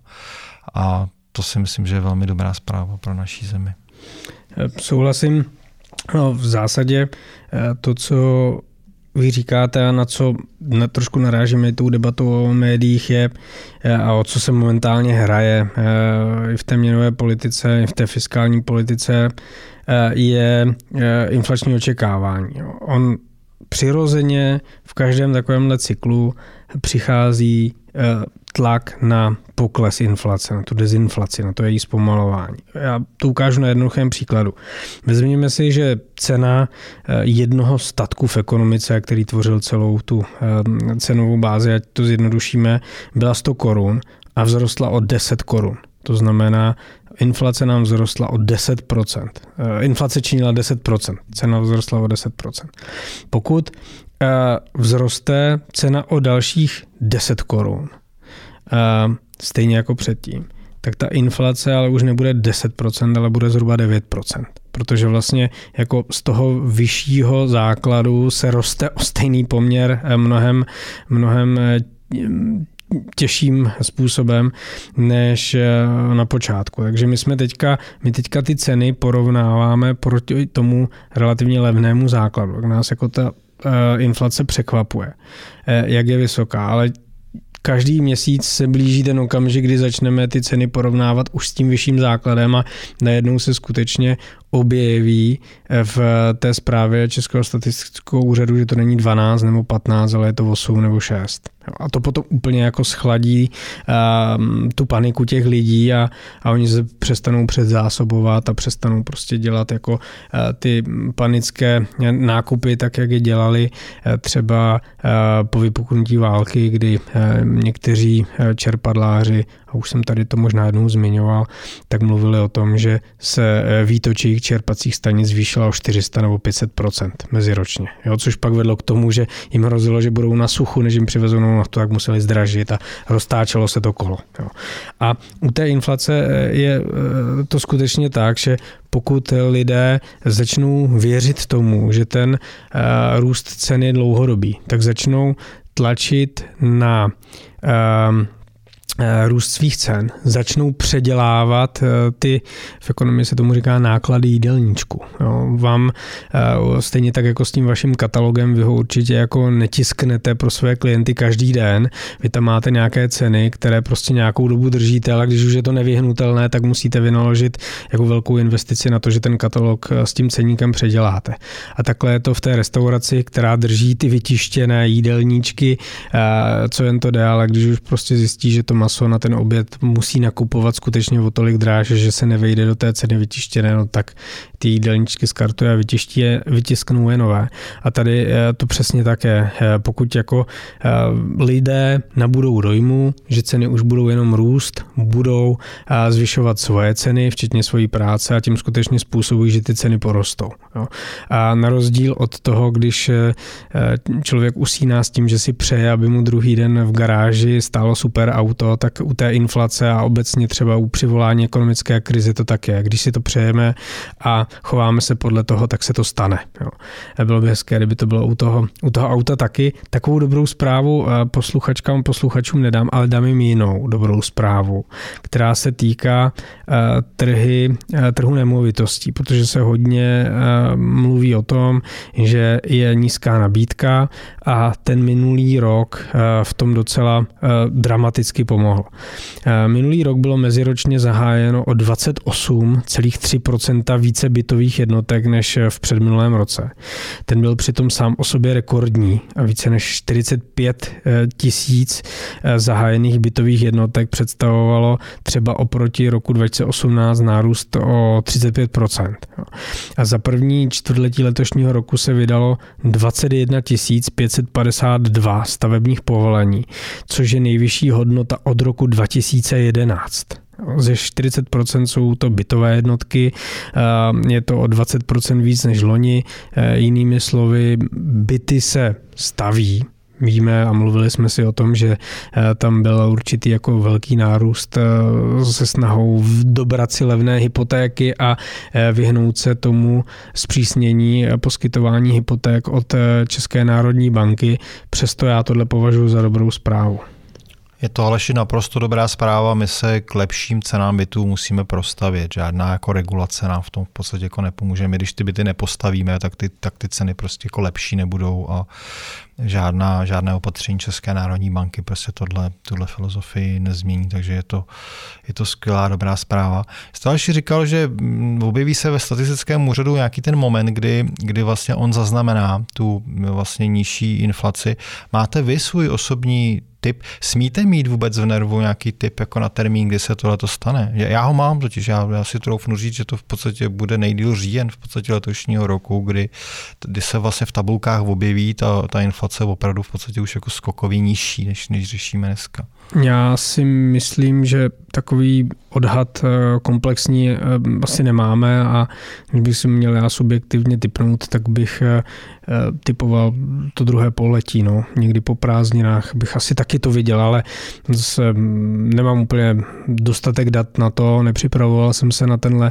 a to si myslím, že je velmi dobrá zpráva pro naší zemi. Souhlasím. No, v zásadě to, co vy říkáte a na co na, trošku narážíme tou debatou o médiích je a o co se momentálně hraje i v té měnové politice, i v té fiskální politice, je inflační očekávání. On přirozeně v každém takovémhle cyklu přichází tlak na pokles inflace, na tu dezinflaci, na to její zpomalování. Já to ukážu na jednoduchém příkladu. Vezměme si, že cena jednoho statku v ekonomice, který tvořil celou tu cenovou bázi, ať to zjednodušíme, byla sto korun a vzrostla o deset korun. To znamená, inflace nám vzrostla o deset procent. Inflace činila deset procent, cena vzrostla o deset procent. Pokud vzroste cena o dalších deset korun, stejně jako předtím, tak ta inflace ale už nebude deset procent, ale bude zhruba devět procent. Protože vlastně jako z toho vyššího základu se roste o stejný poměr mnohem, mnohem těžším způsobem než na počátku. Takže my jsme teďka, my teďka ty ceny porovnáváme proti tomu relativně levnému základu. Tak nás jako ta inflace překvapuje, jak je vysoká, ale každý měsíc se blíží ten okamžik, kdy začneme ty ceny porovnávat už s tím vyšším základem a najednou se skutečně objeví v té zprávě Českého statistického úřadu, že to není dvanáct nebo patnáct, ale je to osm nebo šest. A to potom úplně jako schladí uh, tu paniku těch lidí a, a oni se přestanou předzásobovat a přestanou prostě dělat jako uh, ty panické nákupy, tak jak je dělali uh, třeba uh, po vypuknutí války, kdy uh, někteří uh, čerpadláři, a už jsem tady to možná jednou zmiňoval, tak mluvili o tom, že se uh, výtočí čerpacích stanic zvýšila o čtyři sta nebo pět set procent meziročně. Jo, což pak vedlo k tomu, že jim hrozilo, že budou na suchu, než jim přivezou na to, tak museli zdražit a roztáčelo se to kolo. Jo. A u té inflace je to skutečně tak, že pokud lidé začnou věřit tomu, že ten růst cen je dlouhodobý, tak začnou tlačit na růst svých cen, začnou předělávat ty, v ekonomii se tomu říká náklady jídelníčku. Jo, vám stejně tak jako s tím vaším katalogem, vy ho určitě jako netisknete pro své klienty každý den, vy tam máte nějaké ceny, které prostě nějakou dobu držíte, ale když už je to nevyhnutelné, tak musíte vynaložit jako velkou investici na to, že ten katalog s tím ceníkem předěláte. A takhle je to v té restauraci, která drží ty vytištěné jídelníčky, co jen to jde, ale když už prostě zjistí, že to maso na ten oběd musí nakupovat skutečně o tolik dráž, že se nevejde do té ceny vytištěné, no tak ty jídelníčky skartuje a vytiští je, vytisknou je nové. A tady to přesně tak je. Pokud jako lidé nabudou dojmu, že ceny už budou jenom růst, budou zvyšovat svoje ceny, včetně svojí práce a tím skutečně způsobují, že ty ceny porostou. Jo. A na rozdíl od toho, když člověk usíná s tím, že si přeje, aby mu druhý den v garáži stálo super auto, tak u té inflace a obecně třeba u přivolání ekonomické krize to tak je. Když si to přejeme a chováme se podle toho, tak se to stane. Jo. Bylo by hezké, kdyby to bylo u toho, u toho auta taky. Takovou dobrou zprávu posluchačkám, posluchačům nedám, ale dám jim jinou dobrou zprávu, která se týká trhy, trhu nemovitostí, protože se hodně mluví o tom, že je nízká nabídka a ten minulý rok v tom docela dramaticky pomohl. Minulý rok bylo meziročně zahájeno o dvacet osm celá tři procenta více bytových jednotek než v předminulém roce. Ten byl přitom sám o sobě rekordní a více než čtyřicet pět tisíc zahájených bytových jednotek představovalo třeba oproti roku dva tisíce osmnáct nárůst o třicet pět procent. A za první čtvrtletí letošního roku se vydalo dvacet jedna tisíc pět set padesát dva stavebních povolení, což je nejvyšší hodnota od roku dva tisíce jedenáct. Ze čtyřicet procent jsou to bytové jednotky, je to o dvacet procent víc než loni. Jinými slovy, byty se staví. Víme a mluvili jsme si o tom, že tam byl určitý jako velký nárůst se snahou dobrat si levné hypotéky a vyhnout se tomu zpřísnění poskytování hypoték od České národní banky. Přesto já tohle považuji za dobrou zprávu. Je to Aleši naprosto dobrá zpráva, my se k lepším cenám bytů musíme prostavět, žádná jako regulace nám v tom v podstatě jako nepomůže. My když ty byty nepostavíme, tak ty, tak ty ceny prostě jako lepší nebudou a žádná, žádné opatření České národní banky prostě tohle, tuhle filozofii nezmění, takže je to, je to skvělá, dobrá zpráva. Jste Aleši říkal, že objeví se ve statistickém úřadu nějaký ten moment, kdy, kdy vlastně on zaznamená tu vlastně nižší inflaci. Máte vy svůj osobní tip? Smíte mít vůbec v nervu nějaký tip jako na termín, kdy se tohle to stane? Já ho mám totiž, já, já si troufnu říct, že to v podstatě bude nejdýl říjen v podstatě letošního roku, kdy, kdy se vlastně v tabulkách objeví ta, ta inflace opravdu v podstatě už jako skokový nižší, než, než řešíme dneska. Já si myslím, že takový odhad komplexní asi nemáme a když bych si měl já subjektivně tipnout, tak bych typoval to druhé pololetí. No. Někdy po prázdninách bych asi taky to viděl, ale zase nemám úplně dostatek dat na to, nepřipravoval jsem se na tenhle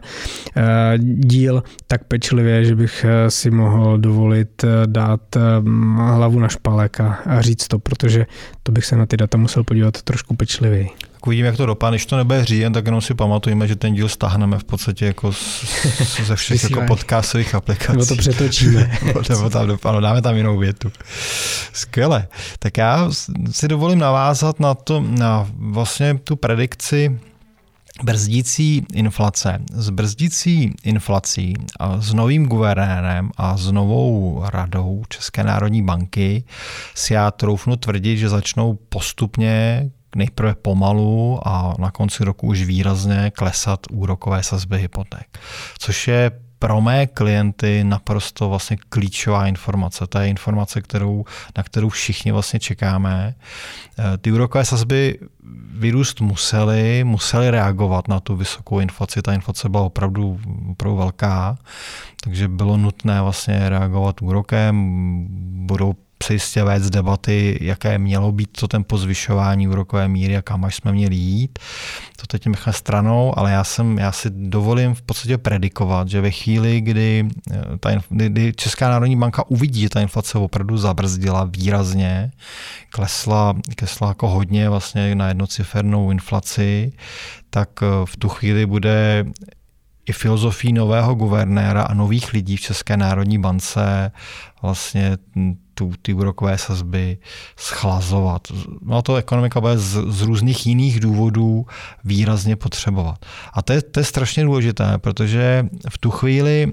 díl tak pečlivě, že bych si mohl dovolit dát hlavu na špalek a říct to, protože to bych se na ty data musel podívat trošku pečlivěji. Uvidíme, jak to dopadne. Když to nebude říjen, tak jenom si pamatujeme, že ten díl stáhneme v podstatě jako ze všech jako podcastových aplikací. Nebo to přetočíme. Nebo tam dopadne, dáme tam jinou větu. Skvěle. Tak já si dovolím navázat na to, na vlastně tu predikci brzdící inflace. S brzdící inflací a s novým guvernérem a s novou radou České národní banky si já troufnu tvrdit, že začnou postupně nejprve pomalu a na konci roku už výrazně klesat úrokové sazby hypoték. Což je pro mé klienty naprosto vlastně klíčová informace. To je informace, kterou, na kterou všichni vlastně čekáme. Ty úrokové sazby vyrůst museli, museli reagovat na tu vysokou inflaci. Ta inflace byla opravdu, opravdu velká, takže bylo nutné vlastně reagovat úrokem. Budou se jistě vést debaty, jaké mělo být to tempo zvyšování úrokové míry a kam až jsme měli jít. To teď nechme stranou, ale já, jsem, já si dovolím v podstatě predikovat, že ve chvíli, kdy, ta, kdy Česká národní banka uvidí, že ta inflace opravdu zabrzdila výrazně, klesla, klesla jako hodně vlastně na jednocifernou inflaci, tak v tu chvíli bude i filozofii nového guvernéra a nových lidí v České národní bance vlastně tu, ty úrokové sazby schlazovat. No to ekonomika bude z, z různých jiných důvodů výrazně potřebovat. A to je, to je strašně důležité, protože v tu chvíli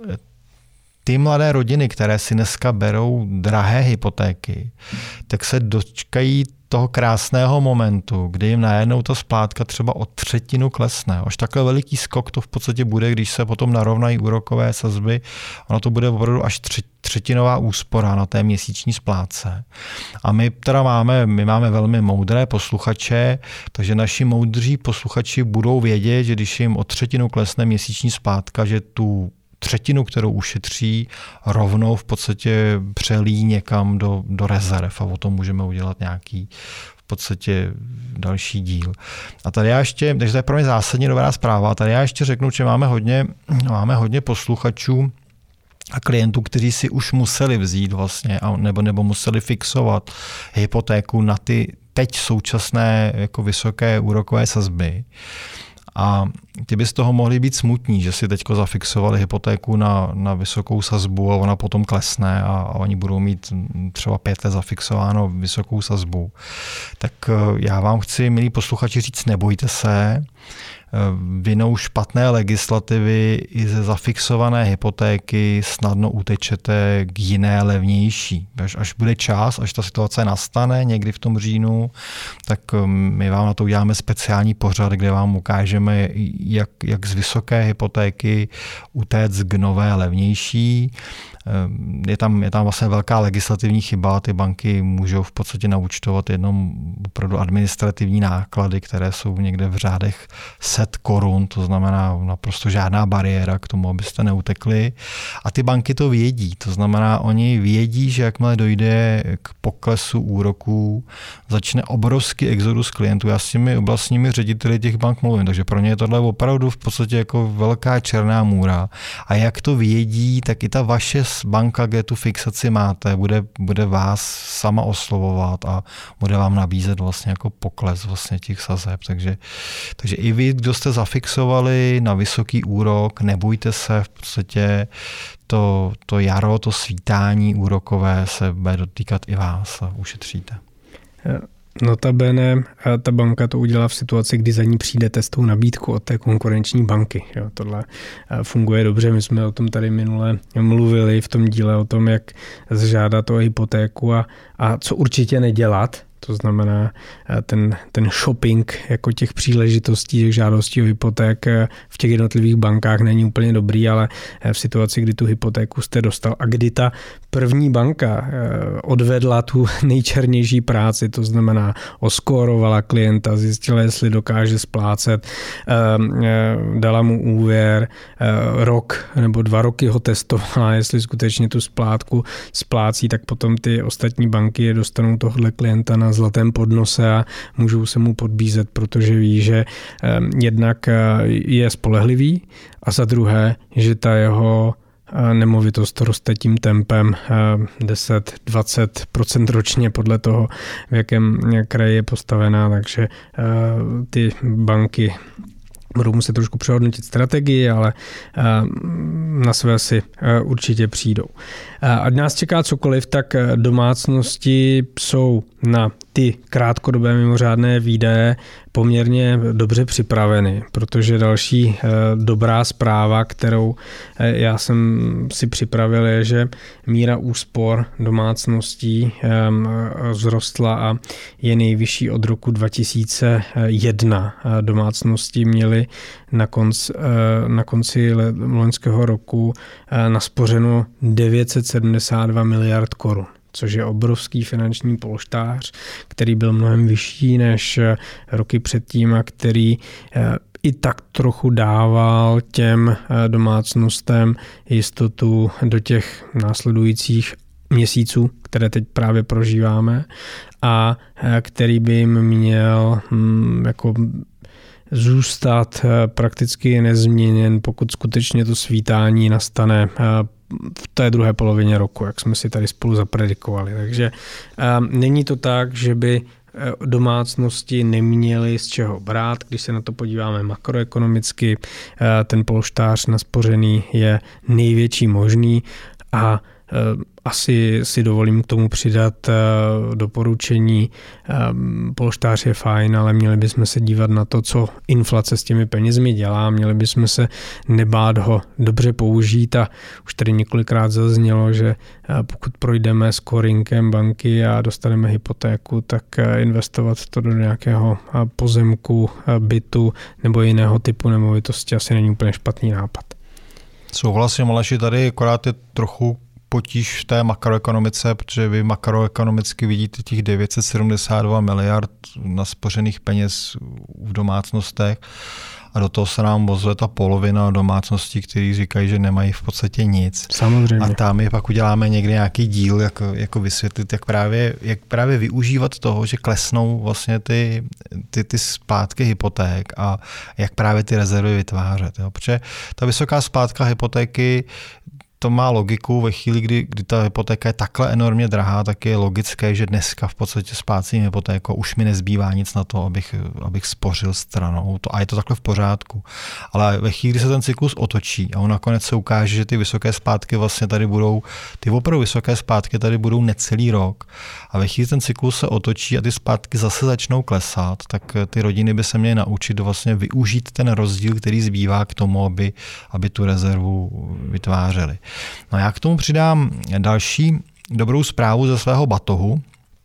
ty mladé rodiny, které si dneska berou drahé hypotéky, tak se dočkají toho krásného momentu, kdy jim najednou ta splátka třeba o třetinu klesne. Až takhle veliký skok to v podstatě bude, když se potom narovnají úrokové sazby. Ono to bude opravdu až třetinová úspora na té měsíční splátce. A my teda máme, my máme velmi moudré posluchače, takže naši moudří posluchači budou vědět, že když jim o třetinu klesne měsíční splátka, že tu třetinu, kterou ušetří, rovnou v podstatě přelí někam do, do rezerv a o tom můžeme udělat nějaký v podstatě další díl. A tady já ještě, takže to je pro mě zásadně dobrá zpráva, a tady já ještě řeknu, že máme hodně, máme hodně posluchačů a klientů, kteří si už museli vzít vlastně, nebo, nebo museli fixovat hypotéku na ty teď současné jako vysoké úrokové sazby. A ty by z toho mohli být smutní, že si teďko zafixovali hypotéku na, na vysokou sazbu a ona potom klesne a, a oni budou mít třeba pět let zafixováno vysokou sazbu. Tak já vám chci, milí posluchači, říct, nebojte se. Vinou špatné legislativy i ze zafixované hypotéky snadno utečete k jiné levnější. Až, až bude čas, až ta situace nastane někdy v tom říjnu, tak my vám na to uděláme speciální pořad, kde vám ukážeme, jak, jak z vysoké hypotéky utéct k nové levnější. Je tam, je tam vlastně velká legislativní chyba, ty banky můžou v podstatě naúčtovat jenom opravdu administrativní náklady, které jsou někde v řádech set korun, to znamená naprosto žádná bariéra k tomu, abyste neutekli. A ty banky to vědí, to znamená, oni vědí, že jakmile dojde k poklesu úroků, začne obrovský exodus klientů. Já s těmi oblastními řediteli těch bank mluvím, takže pro ně je tohle opravdu v podstatě jako velká černá můra. A jak to vědí, tak i ta vaše banka, kde tu fixaci máte, bude, bude vás sama oslovovat a bude vám nabízet vlastně jako pokles vlastně těch sazeb. Takže, takže i vy, kdo jste zafixovali na vysoký úrok, nebojte se, v podstatě to, to jaro, to svítání úrokové se bude dotýkat i vás a ušetříte. Notabene, ta banka to udělá v situaci, kdy za ní přijdete s tou nabídkou od té konkurenční banky. Jo, tohle funguje dobře, my jsme o tom tady minule mluvili v tom díle o tom, jak zažádat o hypotéku a, a co určitě nedělat, To znamená, ten, ten shopping jako těch příležitostí, těch žádostí o hypoték v těch jednotlivých bankách není úplně dobrý, ale v situaci, kdy tu hypotéku jste dostal a kdy ta první banka odvedla tu nejčernější práci, to znamená oskórovala klienta, zjistila, jestli dokáže splácet, dala mu úvěr, rok nebo dva roky ho testovala, jestli skutečně tu splátku splácí, tak potom ty ostatní banky dostanou tohle klienta na zlatém podnose a můžou se mu podbízet, protože ví, že jednak je spolehlivý a za druhé, že ta jeho nemovitost roste tím tempem deset až dvacet procent ročně podle toho, v jakém kraji je postavená, takže ty banky budou muset trošku přehodnotit strategii, ale na své si určitě přijdou. Ať nás čeká cokoliv, tak domácnosti jsou na ty krátkodobé mimořádné výdaje poměrně dobře připraveny, protože další dobrá zpráva, kterou já jsem si připravil, je, že míra úspor domácností vzrostla a je nejvyšší od roku dva tisíce jedna. Domácnosti měly na konci, na konci loňského roku naspořeno devět set sedmdesát dva miliard korun, což je obrovský finanční polštář, který byl mnohem vyšší než roky předtím a který i tak trochu dával těm domácnostem jistotu do těch následujících měsíců, které teď právě prožíváme a který by jim měl hm, jako zůstat prakticky nezměněn, pokud skutečně to svítání nastane v té druhé polovině roku, jak jsme si tady spolu zapredikovali. Takže není to tak, že by domácnosti neměly z čeho brát. Když se na to podíváme makroekonomicky, ten polštář naspořený je největší možný a asi si dovolím k tomu přidat doporučení. Polštář je fajn, ale měli bychom se dívat na to, co inflace s těmi penězmi dělá. Měli bychom se nebát ho dobře použít a už tady několikrát zaznělo, že pokud projdeme scoringem banky a dostaneme hypotéku, tak investovat to do nějakého pozemku, bytu nebo jiného typu nemovitosti asi není úplně špatný nápad. Souhlasím, Aleši, tady akorát je trochu potíž v té makroekonomice, protože vy makroekonomicky vidíte těch devět set sedmdesát dva miliard naspořených peněz v domácnostech a do toho se nám ozve ta polovina domácností, kteří říkají, že nemají v podstatě nic. Samozřejmě. A tam je pak uděláme někdy nějaký díl, jako, jako vysvětlit, jak právě, jak právě využívat toho, že klesnou vlastně ty, ty, ty splátky hypoték a jak právě ty rezervy vytvářet. Jo? Protože ta vysoká splátka hypotéky to má logiku ve chvíli, kdy, kdy ta hypotéka je takhle enormně drahá, tak je logické, že dneska v podstatě splácím hypotéku, už mi nezbývá nic na to, abych, abych spořil stranou. To, a je to takhle v pořádku. Ale ve chvíli, kdy se ten cyklus otočí a on nakonec se ukáže, že ty vysoké splátky vlastně tady budou, ty opravdu vysoké splátky tady budou necelý rok. A ve chvíli ten cyklus se otočí a ty splátky zase začnou klesat, tak ty rodiny by se měly naučit vlastně využít ten rozdíl, který zbývá k tomu, aby, aby tu rezervu vytvářeli. No já k tomu přidám další dobrou zprávu ze svého batohu.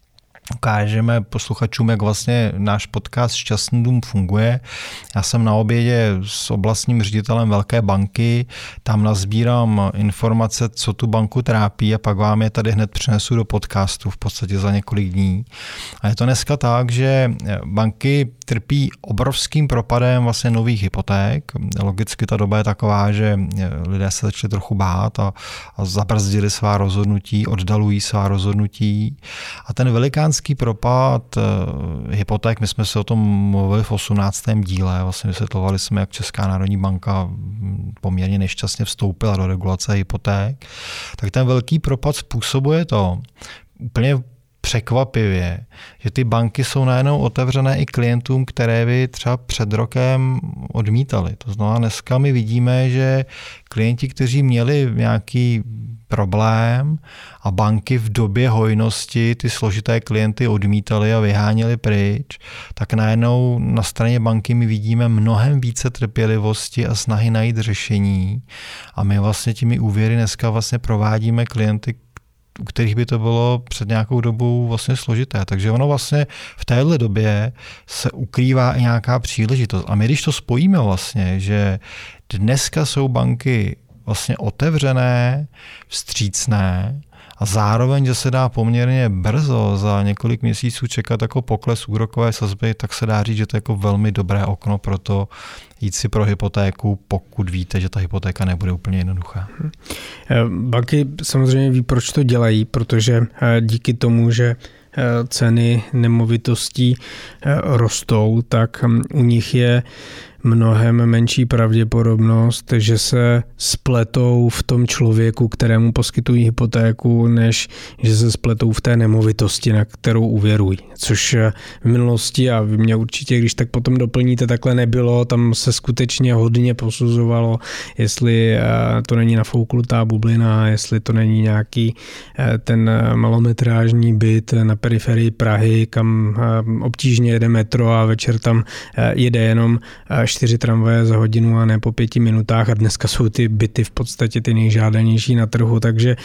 Ukážeme posluchačům, jak vlastně náš podcast Šťastný dům funguje. Já jsem na obědě s oblastním ředitelem velké banky, tam nazbírám informace, co tu banku trápí a pak vám je tady hned přinesu do podcastu v podstatě za několik dní. A je to dneska tak, že banky trpí obrovským propadem vlastně nových hypoték. Logicky ta doba je taková, že lidé se začali trochu bát a, a zabrzdili svá rozhodnutí, oddalují svá rozhodnutí. A ten velikánský propad hypoték, my jsme se o tom mluvili v osmnáctém díle, vlastně vysvětlovali jsme, jak Česká národní banka poměrně nešťastně vstoupila do regulace hypoték, tak ten velký propad způsobuje to úplně překvapivě, že ty banky jsou najednou otevřené i klientům, které by třeba před rokem odmítali. To znamená, dneska my vidíme, že klienti, kteří měli nějaký problém a banky v době hojnosti ty složité klienty odmítali a vyháněli pryč, tak najednou na straně banky my vidíme mnohem více trpělivosti a snahy najít řešení a my vlastně těmi úvěry dneska vlastně provádíme klienty, u kterých by to bylo před nějakou dobou vlastně složité. Takže ono vlastně v téhle době se ukrývá i nějaká příležitost. A my když to spojíme vlastně, že dneska jsou banky vlastně otevřené, vstřícné a zároveň, že se dá poměrně brzo za několik měsíců čekat jako pokles úrokové sazby, tak se dá říct, že to je jako velmi dobré okno pro to jít si pro hypotéku, pokud víte, že ta hypotéka nebude úplně jednoduchá. Banky samozřejmě ví, proč to dělají, protože díky tomu, že ceny nemovitostí rostou, tak u nich je mnohem menší pravděpodobnost, že se spletou v tom člověku, kterému poskytují hypotéku, než že se spletou v té nemovitosti, na kterou uvěrují. Což v minulosti, a vy mě určitě, když tak potom doplníte, takhle nebylo, tam se skutečně hodně posuzovalo, jestli to není nafouknutá bublina, jestli to není nějaký ten malometrážní byt na periferii Prahy, kam obtížně jede metro a večer tam jede jenom čtyři tramvaje za hodinu a ne po pěti minutách a dneska jsou ty byty v podstatě ty nejžádanější na trhu, takže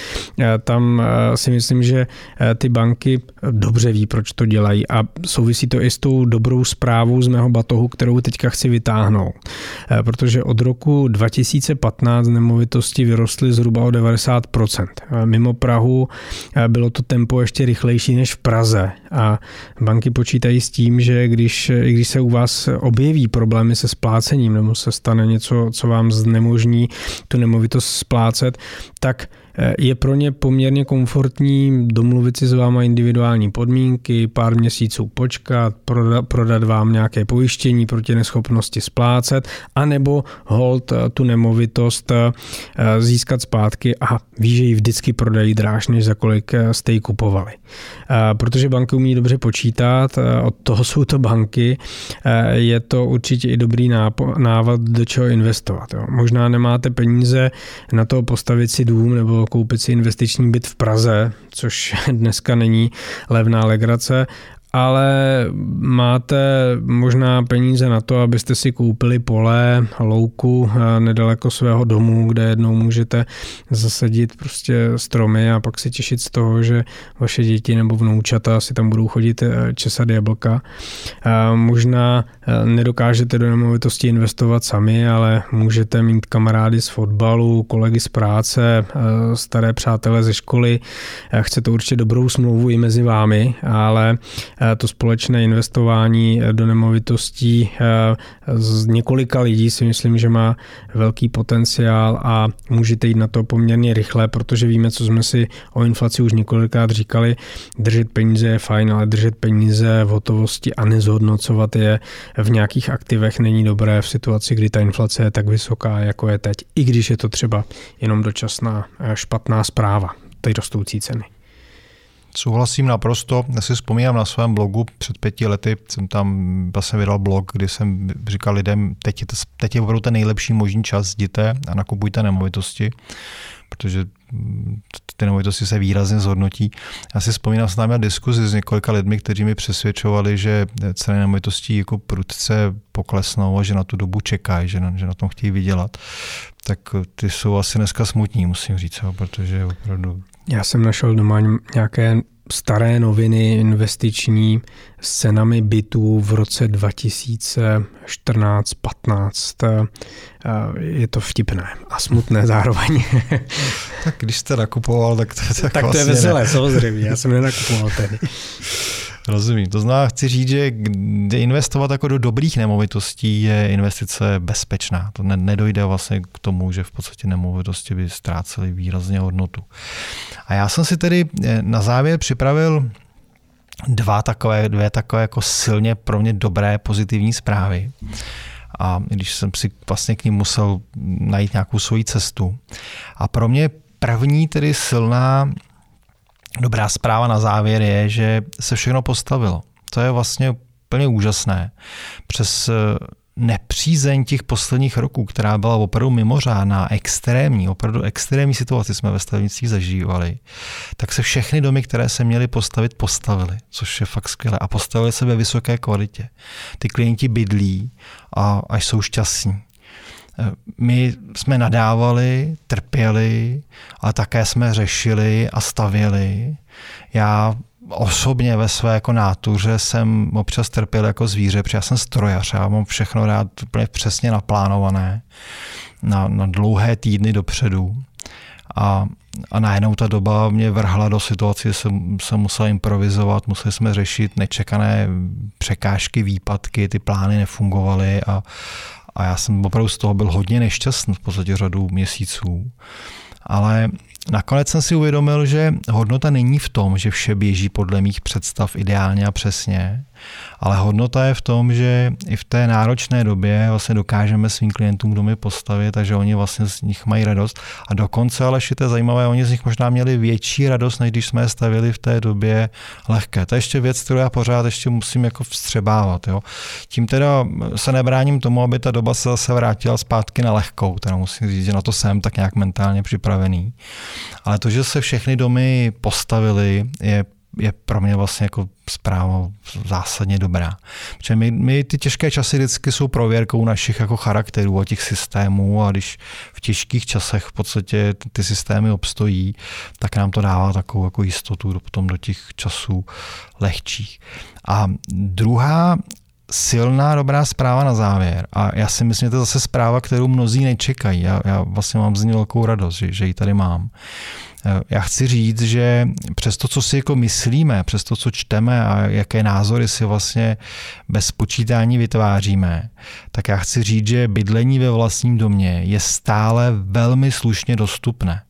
tam si myslím, že ty banky dobře ví, proč to dělají a souvisí to i s tou dobrou zprávou z mého batohu, kterou teďka chci vytáhnout. Protože od roku dva tisíce patnáct nemovitosti vyrostly zhruba o devadesát procent. Mimo Prahu bylo to tempo ještě rychlejší než v Praze a banky počítají s tím, že když, když se u vás objeví problémy se splácením nebo se stane něco, co vám znemožní tu nemovitost splácet, tak je pro ně poměrně komfortní domluvit si s váma individuální podmínky, pár měsíců počkat, prodat, prodat vám nějaké pojištění proti neschopnosti splácet, anebo hold tu nemovitost získat zpátky a ví, že ji vždycky prodají dráž, než za kolik jste ji kupovali. Protože banky umí dobře počítat, od toho jsou to banky, je to určitě i dobrý návod, do čeho investovat. Jo. Možná nemáte peníze na to postavit si dům nebo koupit si investiční byt v Praze, což dneska není levná legrace, ale máte možná peníze na to, abyste si koupili pole, louku nedaleko svého domu, kde jednou můžete zasadit prostě stromy a pak si těšit z toho, že vaše děti nebo vnoučata si tam budou chodit česat jablka. Možná nedokážete do nemovitosti investovat sami, ale můžete mít kamarády z fotbalu, kolegy z práce, staré přátelé ze školy. Chcete určitě dobrou smlouvu i mezi vámi, ale to společné investování do nemovitostí z několika lidí si myslím, že má velký potenciál a můžete jít na to poměrně rychle, protože víme, co jsme si o inflaci už několikrát říkali. Držet peníze je fajn, ale držet peníze v hotovosti a nezhodnocovat je v nějakých aktivech není dobré v situaci, kdy ta inflace je tak vysoká, jako je teď, i když je to třeba jenom dočasná špatná zpráva, ty rostoucí ceny. Souhlasím naprosto. Já si vzpomínám na svém blogu před pěti lety, jsem tam vlastně vydal blog, kdy jsem říkal lidem, teď je, to, teď je opravdu ten nejlepší možný čas, jděte a nakupujte nemovitosti, protože ty nemovitosti se výrazně zhodnotí. Já si vzpomínám, jsem tam měl diskuzi s několika lidmi, kteří mi přesvědčovali, že ceny nemovitostí jako prudce poklesnou a že na tu dobu čekají, že na, že na tom chtějí vydělat. Tak ty jsou asi dneska smutní, musím říct, protože opravdu... Já jsem našel doma nějaké staré noviny investiční s cenami bytů v roce dva tisíce čtrnáct patnáct. Je to vtipné a smutné zároveň. Tak když jste nakupoval, tak to, tak tak vlastně to je veselé, ne. samozřejmě. Já jsem nenakupoval tehdy. Rozumím. To znamená, chci říct, že investovat jako do dobrých nemovitostí je investice bezpečná. To ne, nedojde vlastně k tomu, že v podstatě nemovitosti by ztrácely výrazně hodnotu. A já jsem si tedy na závěr připravil dva takové, dvě takové jako silně pro mě dobré pozitivní zprávy. A když jsem si vlastně k ním musel najít nějakou svoji cestu. A pro mě první tedy silná dobrá zpráva na závěr je, že se všechno postavilo. To je vlastně úplně úžasné. Přes nepřízeň těch posledních roků, která byla opravdu mimořádná, extrémní, opravdu extrémní situaci jsme ve stavebnictví zažívali, tak se všechny domy, které se měly postavit, postavily, což je fakt skvělé. A postavili se ve vysoké kvalitě. Ty klienti bydlí a až jsou šťastní. My jsme nadávali, trpěli, ale také jsme řešili a stavěli. Já osobně ve své jako nátuře jsem občas trpěl jako zvíře, protože já jsem strojař, já mám všechno rád úplně přesně naplánované na, na dlouhé týdny dopředu. A, a najednou ta doba mě vrhla do situace, že jsem, jsem musel improvizovat, museli jsme řešit nečekané překážky, výpadky, ty plány nefungovaly a, a já jsem opravdu z toho byl hodně nešťastný v podstatě řadu měsíců. Ale nakonec jsem si uvědomil, že hodnota není v tom, že vše běží podle mých představ ideálně a přesně, ale hodnota je v tom, že i v té náročné době vlastně dokážeme svým klientům domy postavit, takže oni vlastně z nich mají radost. A dokonce, ale je to zajímavé, oni z nich možná měli větší radost, než když jsme je stavili v té době lehké. To je ještě věc, kterou já pořád ještě musím jako vstřebávat. Jo. Tím teda se nebráním tomu, aby ta doba se zase vrátila zpátky na lehkou. Teda musím říct, že na to jsem tak nějak mentálně připravený. Ale to, že se všechny domy postavily, je je pro mě vlastně jako zpráva zásadně dobrá. Protože my, my ty těžké časy vždycky jsou prověrkou našich jako charakterů a těch systémů a když v těžkých časech v podstatě ty systémy obstojí, tak nám to dává takovou jako jistotu potom do těch časů lehčích. A druhá silná, dobrá zpráva na závěr. A já si myslím, že to je zase zpráva, kterou mnozí nečekají. Já, já vlastně mám z ní velkou radost, že, že ji tady mám. Já chci říct, že přes to, co si jako myslíme, přes to, co čteme a jaké názory si vlastně bez počítání vytváříme, tak já chci říct, že bydlení ve vlastním domě je stále velmi slušně dostupné.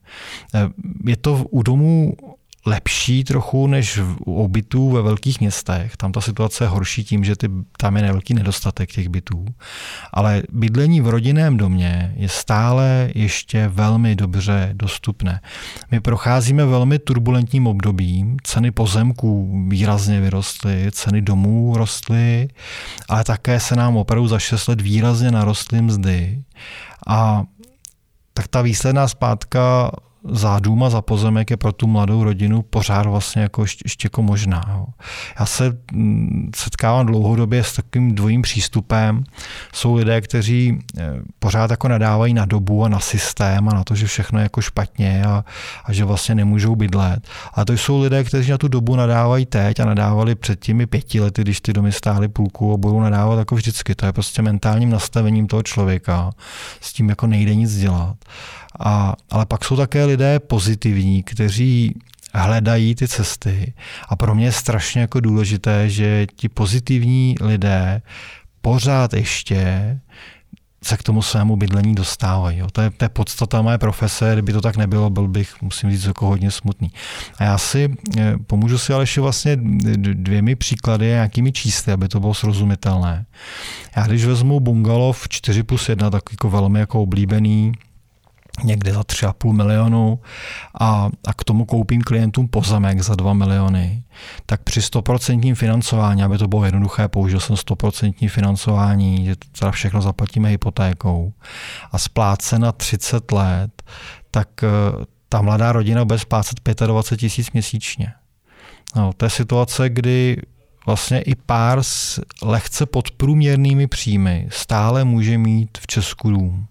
Je to u domů lepší trochu než u bytů ve velkých městech. Tam ta situace je horší tím, že ty, tam je velký nedostatek těch bytů. Ale bydlení v rodinném domě je stále ještě velmi dobře dostupné. My procházíme velmi turbulentním obdobím. Ceny pozemků výrazně vyrostly, ceny domů rostly, ale také se nám opravdu za šest let výrazně narostly mzdy. A tak ta výsledná zpátka za dům a za pozemek je pro tu mladou rodinu pořád vlastně jako ještě, ještě jako možná. Jo. Já se setkávám dlouhodobě s takovým dvojím přístupem. Jsou lidé, kteří pořád jako nadávají na dobu a na systém a na to, že všechno je jako špatně a, a že vlastně nemůžou bydlet. A to jsou lidé, kteří na tu dobu nadávají teď a nadávali před těmi pěti lety, když ty domy stály půlku a budou nadávat jako vždycky. To je prostě mentálním nastavením toho člověka. S tím jako nejde nic dělat. A, ale pak jsou také lidé pozitivní, kteří hledají ty cesty. A pro mě je strašně jako důležité, že ti pozitivní lidé pořád ještě se k tomu svému bydlení dostávají. Jo. To, je, to je podstata mé profese, kdyby to tak nebylo, byl bych, musím říct, jako hodně smutný. A já si pomůžu si ale ještě vlastně dvěmi příklady, nějakými čísly, aby to bylo srozumitelné. Já když vezmu bungalov čtyři plus jedna, tak jako velmi jako oblíbený, někde za tři a půl milionu a, a k tomu koupím klientům pozemek za dva miliony, tak při stoprocentním financování, aby to bylo jednoduché, použil jsem stoprocentní financování, že teda všechno zaplatíme hypotékou a spláce na třicet let, tak ta mladá rodina bude splácet dvacet pět tisíc měsíčně. No, to je situace, kdy vlastně i pár s lehce podprůměrnými příjmy stále může mít v Česku dům.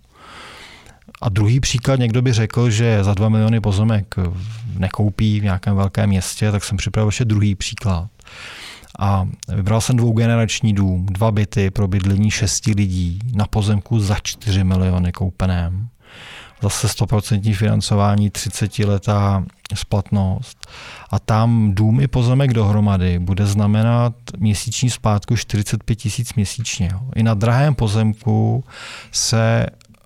A druhý příklad, někdo by řekl, že za dva miliony pozemek nekoupí v nějakém velkém městě, tak jsem připravil ještě druhý příklad. A vybral jsem dvougenerační dům, dva byty pro bydlení šesti lidí na pozemku za čtyři miliony koupeném. Zase stoprocentní financování, třicetiletá splatnost. A tam dům i pozemek dohromady bude znamenat měsíční splátku čtyřicet pět tisíc měsíčně. I na drahém pozemku se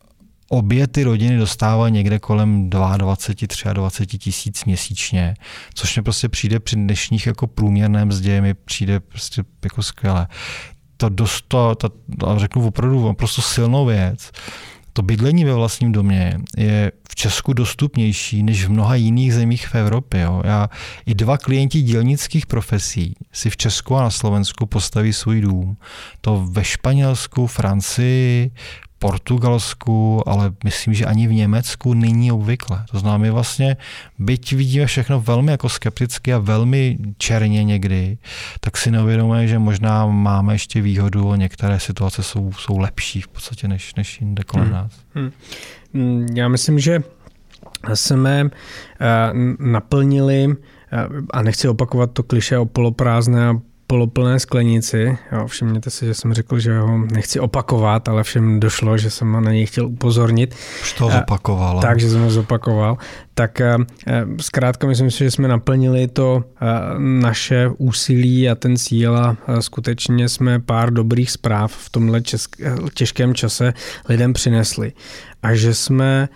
obě ty rodiny dostávají někde kolem dvacet dva, dvacet tři tisíc měsíčně, což mě prostě přijde při dnešních jako průměrné mzdě, mi přijde prostě jako skvělé. To dost, to, to, to řeknu opravdu prostě silnou věc. To bydlení ve vlastním domě je v Česku dostupnější než v mnoha jiných zemích v Evropě. Jo. Já, i dva klienti dělnických profesí si v Česku a na Slovensku postaví svůj dům. To ve Španělsku, Francii, Portugalsku, ale myslím, že ani v Německu není obvykle. To znamená, my vlastně, byť vidíme všechno velmi jako skepticky a velmi černě někdy, tak si neuvědomujeme, že možná máme ještě výhodu a některé situace jsou, jsou lepší v podstatě než, než jinde kolem nás. Hmm. Já myslím, že jsme naplnili, a nechci opakovat to klišé o poloprázdné a poloplné sklenici. Jo, všimněte si, že jsem řekl, že ho nechci opakovat, ale všem došlo, že jsem na něj chtěl upozornit. Už to zopakoval. Takže jsem ho zopakoval. Tak zkrátka myslím si, že jsme naplnili to naše úsilí a ten cíl a skutečně jsme pár dobrých zpráv v tomhle těžkém čase lidem přinesli. A že jsme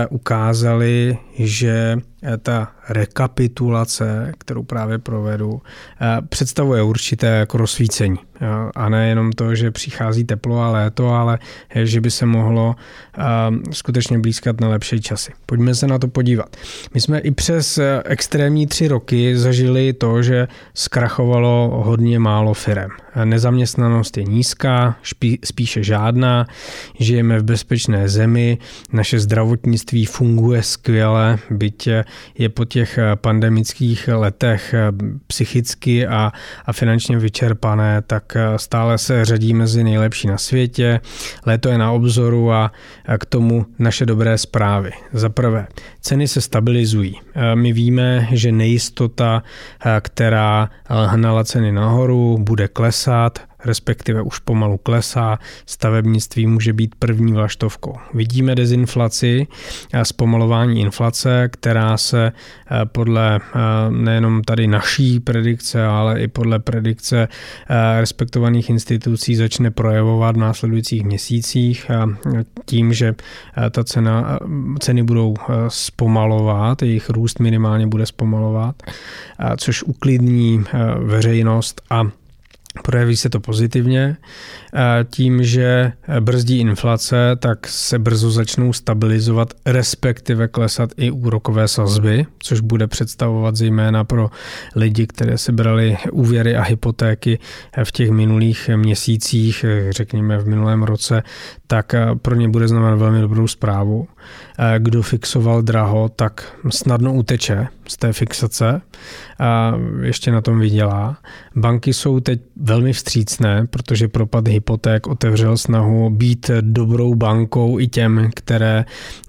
ukázali, že ta rekapitulace, kterou právě provedu, představuje určité jako rozsvícení. A nejenom to, že přichází teplo a léto, ale že by se mohlo skutečně blýskat na lepší časy. Pojďme se na to podívat. My jsme i přes extrémní tři roky zažili to, že zkrachovalo hodně málo firem. Nezaměstnanost je nízká, špí, spíše žádná, žijeme v bezpečné zemi, naše zdravotnictví funguje skvěle, byť je po těch pandemických letech psychicky a, a finančně vyčerpané, tak stále se řadí mezi nejlepší na světě. Léto je na obzoru a k tomu naše dobré zprávy. Za prvé, ceny se stabilizují. My víme, že nejistota, která hnala ceny nahoru, bude klesat, respektive už pomalu klesá, stavebnictví může být první vlaštovkou. Vidíme dezinflaci a zpomalování inflace, která se podle nejenom tady naší predikce, ale i podle predikce respektovaných institucí začne projevovat v následujících měsících tím, že ta cena, ceny budou zpomalovat, jejich růst minimálně bude zpomalovat, což uklidní veřejnost a projeví se to pozitivně. Tím, že brzdí inflace, tak se brzo začnou stabilizovat, respektive klesat i úrokové sazby, což bude představovat zejména pro lidi, které si brali úvěry a hypotéky v těch minulých měsících, řekněme v minulém roce, tak pro ně bude znamenat velmi dobrou zprávu. Kdo fixoval draho, tak snadno uteče z té fixace a ještě na tom vydělá. Banky jsou teď velmi vstřícné, protože propad hypoték otevřel snahu být dobrou bankou i těm, které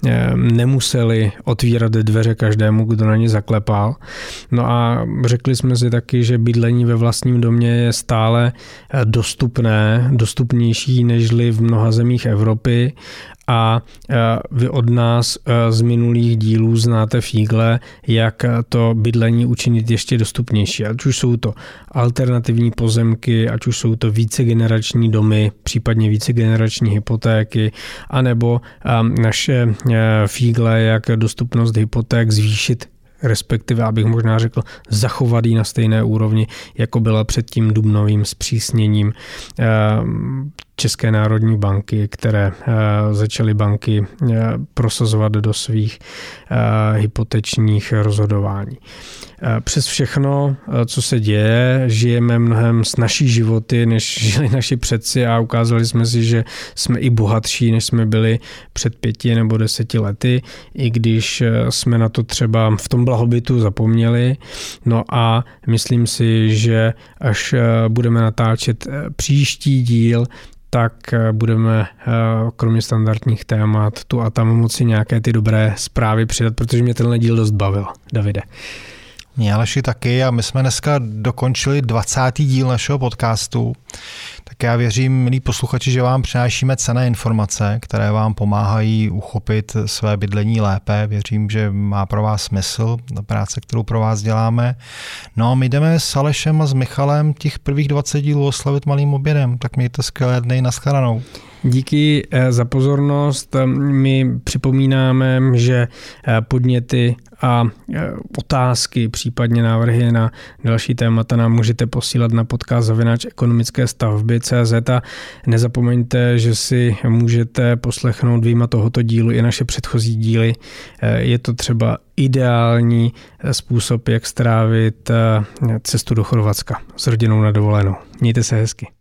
nemuseli otvírat dveře každému, kdo na ně zaklepal. No a řekli jsme si taky, že bydlení ve vlastním domě je stále dostupné, dostupnější nežli v mnoha zemích Evropy. A vy od nás z minulých dílů znáte fígle, jak to bydlení učinit ještě dostupnější. Ať už jsou to alternativní pozemky, ať už jsou to vícegenerační domy, případně vícegenerační hypotéky, anebo naše fígle, jak dostupnost hypoték zvýšit, respektive, abych možná řekl, zachovat ji na stejné úrovni, jako byla před tím dubnovým zpřísněním České národní banky, které začaly banky prosazovat do svých hypotečních rozhodování. Přes všechno, co se děje, žijeme mnohem snazší životy, než žili naši předci a ukázali jsme si, že jsme i bohatší, než jsme byli před pěti nebo deseti lety, i když jsme na to třeba v tom blahobytu zapomněli. No a myslím si, že až budeme natáčet příští díl, tak budeme kromě standardních témat tu a tam moci nějaké ty dobré zprávy přidat, protože mě tenhle díl dost bavil. Davide. Mě Aleši taky a my jsme dneska dokončili dvacátý díl našeho podcastu. Tak já věřím, milí posluchači, že vám přinášíme cenné informace, které vám pomáhají uchopit své bydlení lépe. Věřím, že má pro vás smysl ta práce, kterou pro vás děláme. No a my jdeme s Alešem a s Michalem těch prvních dvacet dílů oslavit malým obědem. Tak mějte skvělé dny, nashledanou. Díky za pozornost. My připomínáme, že podněty a otázky, případně návrhy na další témata nám můžete posílat na podcast zavináč ekonomické stavby tečka cé zet a nezapomeňte, že si můžete poslechnout vyjma tohoto dílu i naše předchozí díly. Je to třeba ideální způsob, jak strávit cestu do Chorvatska s rodinou na dovolenou. Mějte se hezky.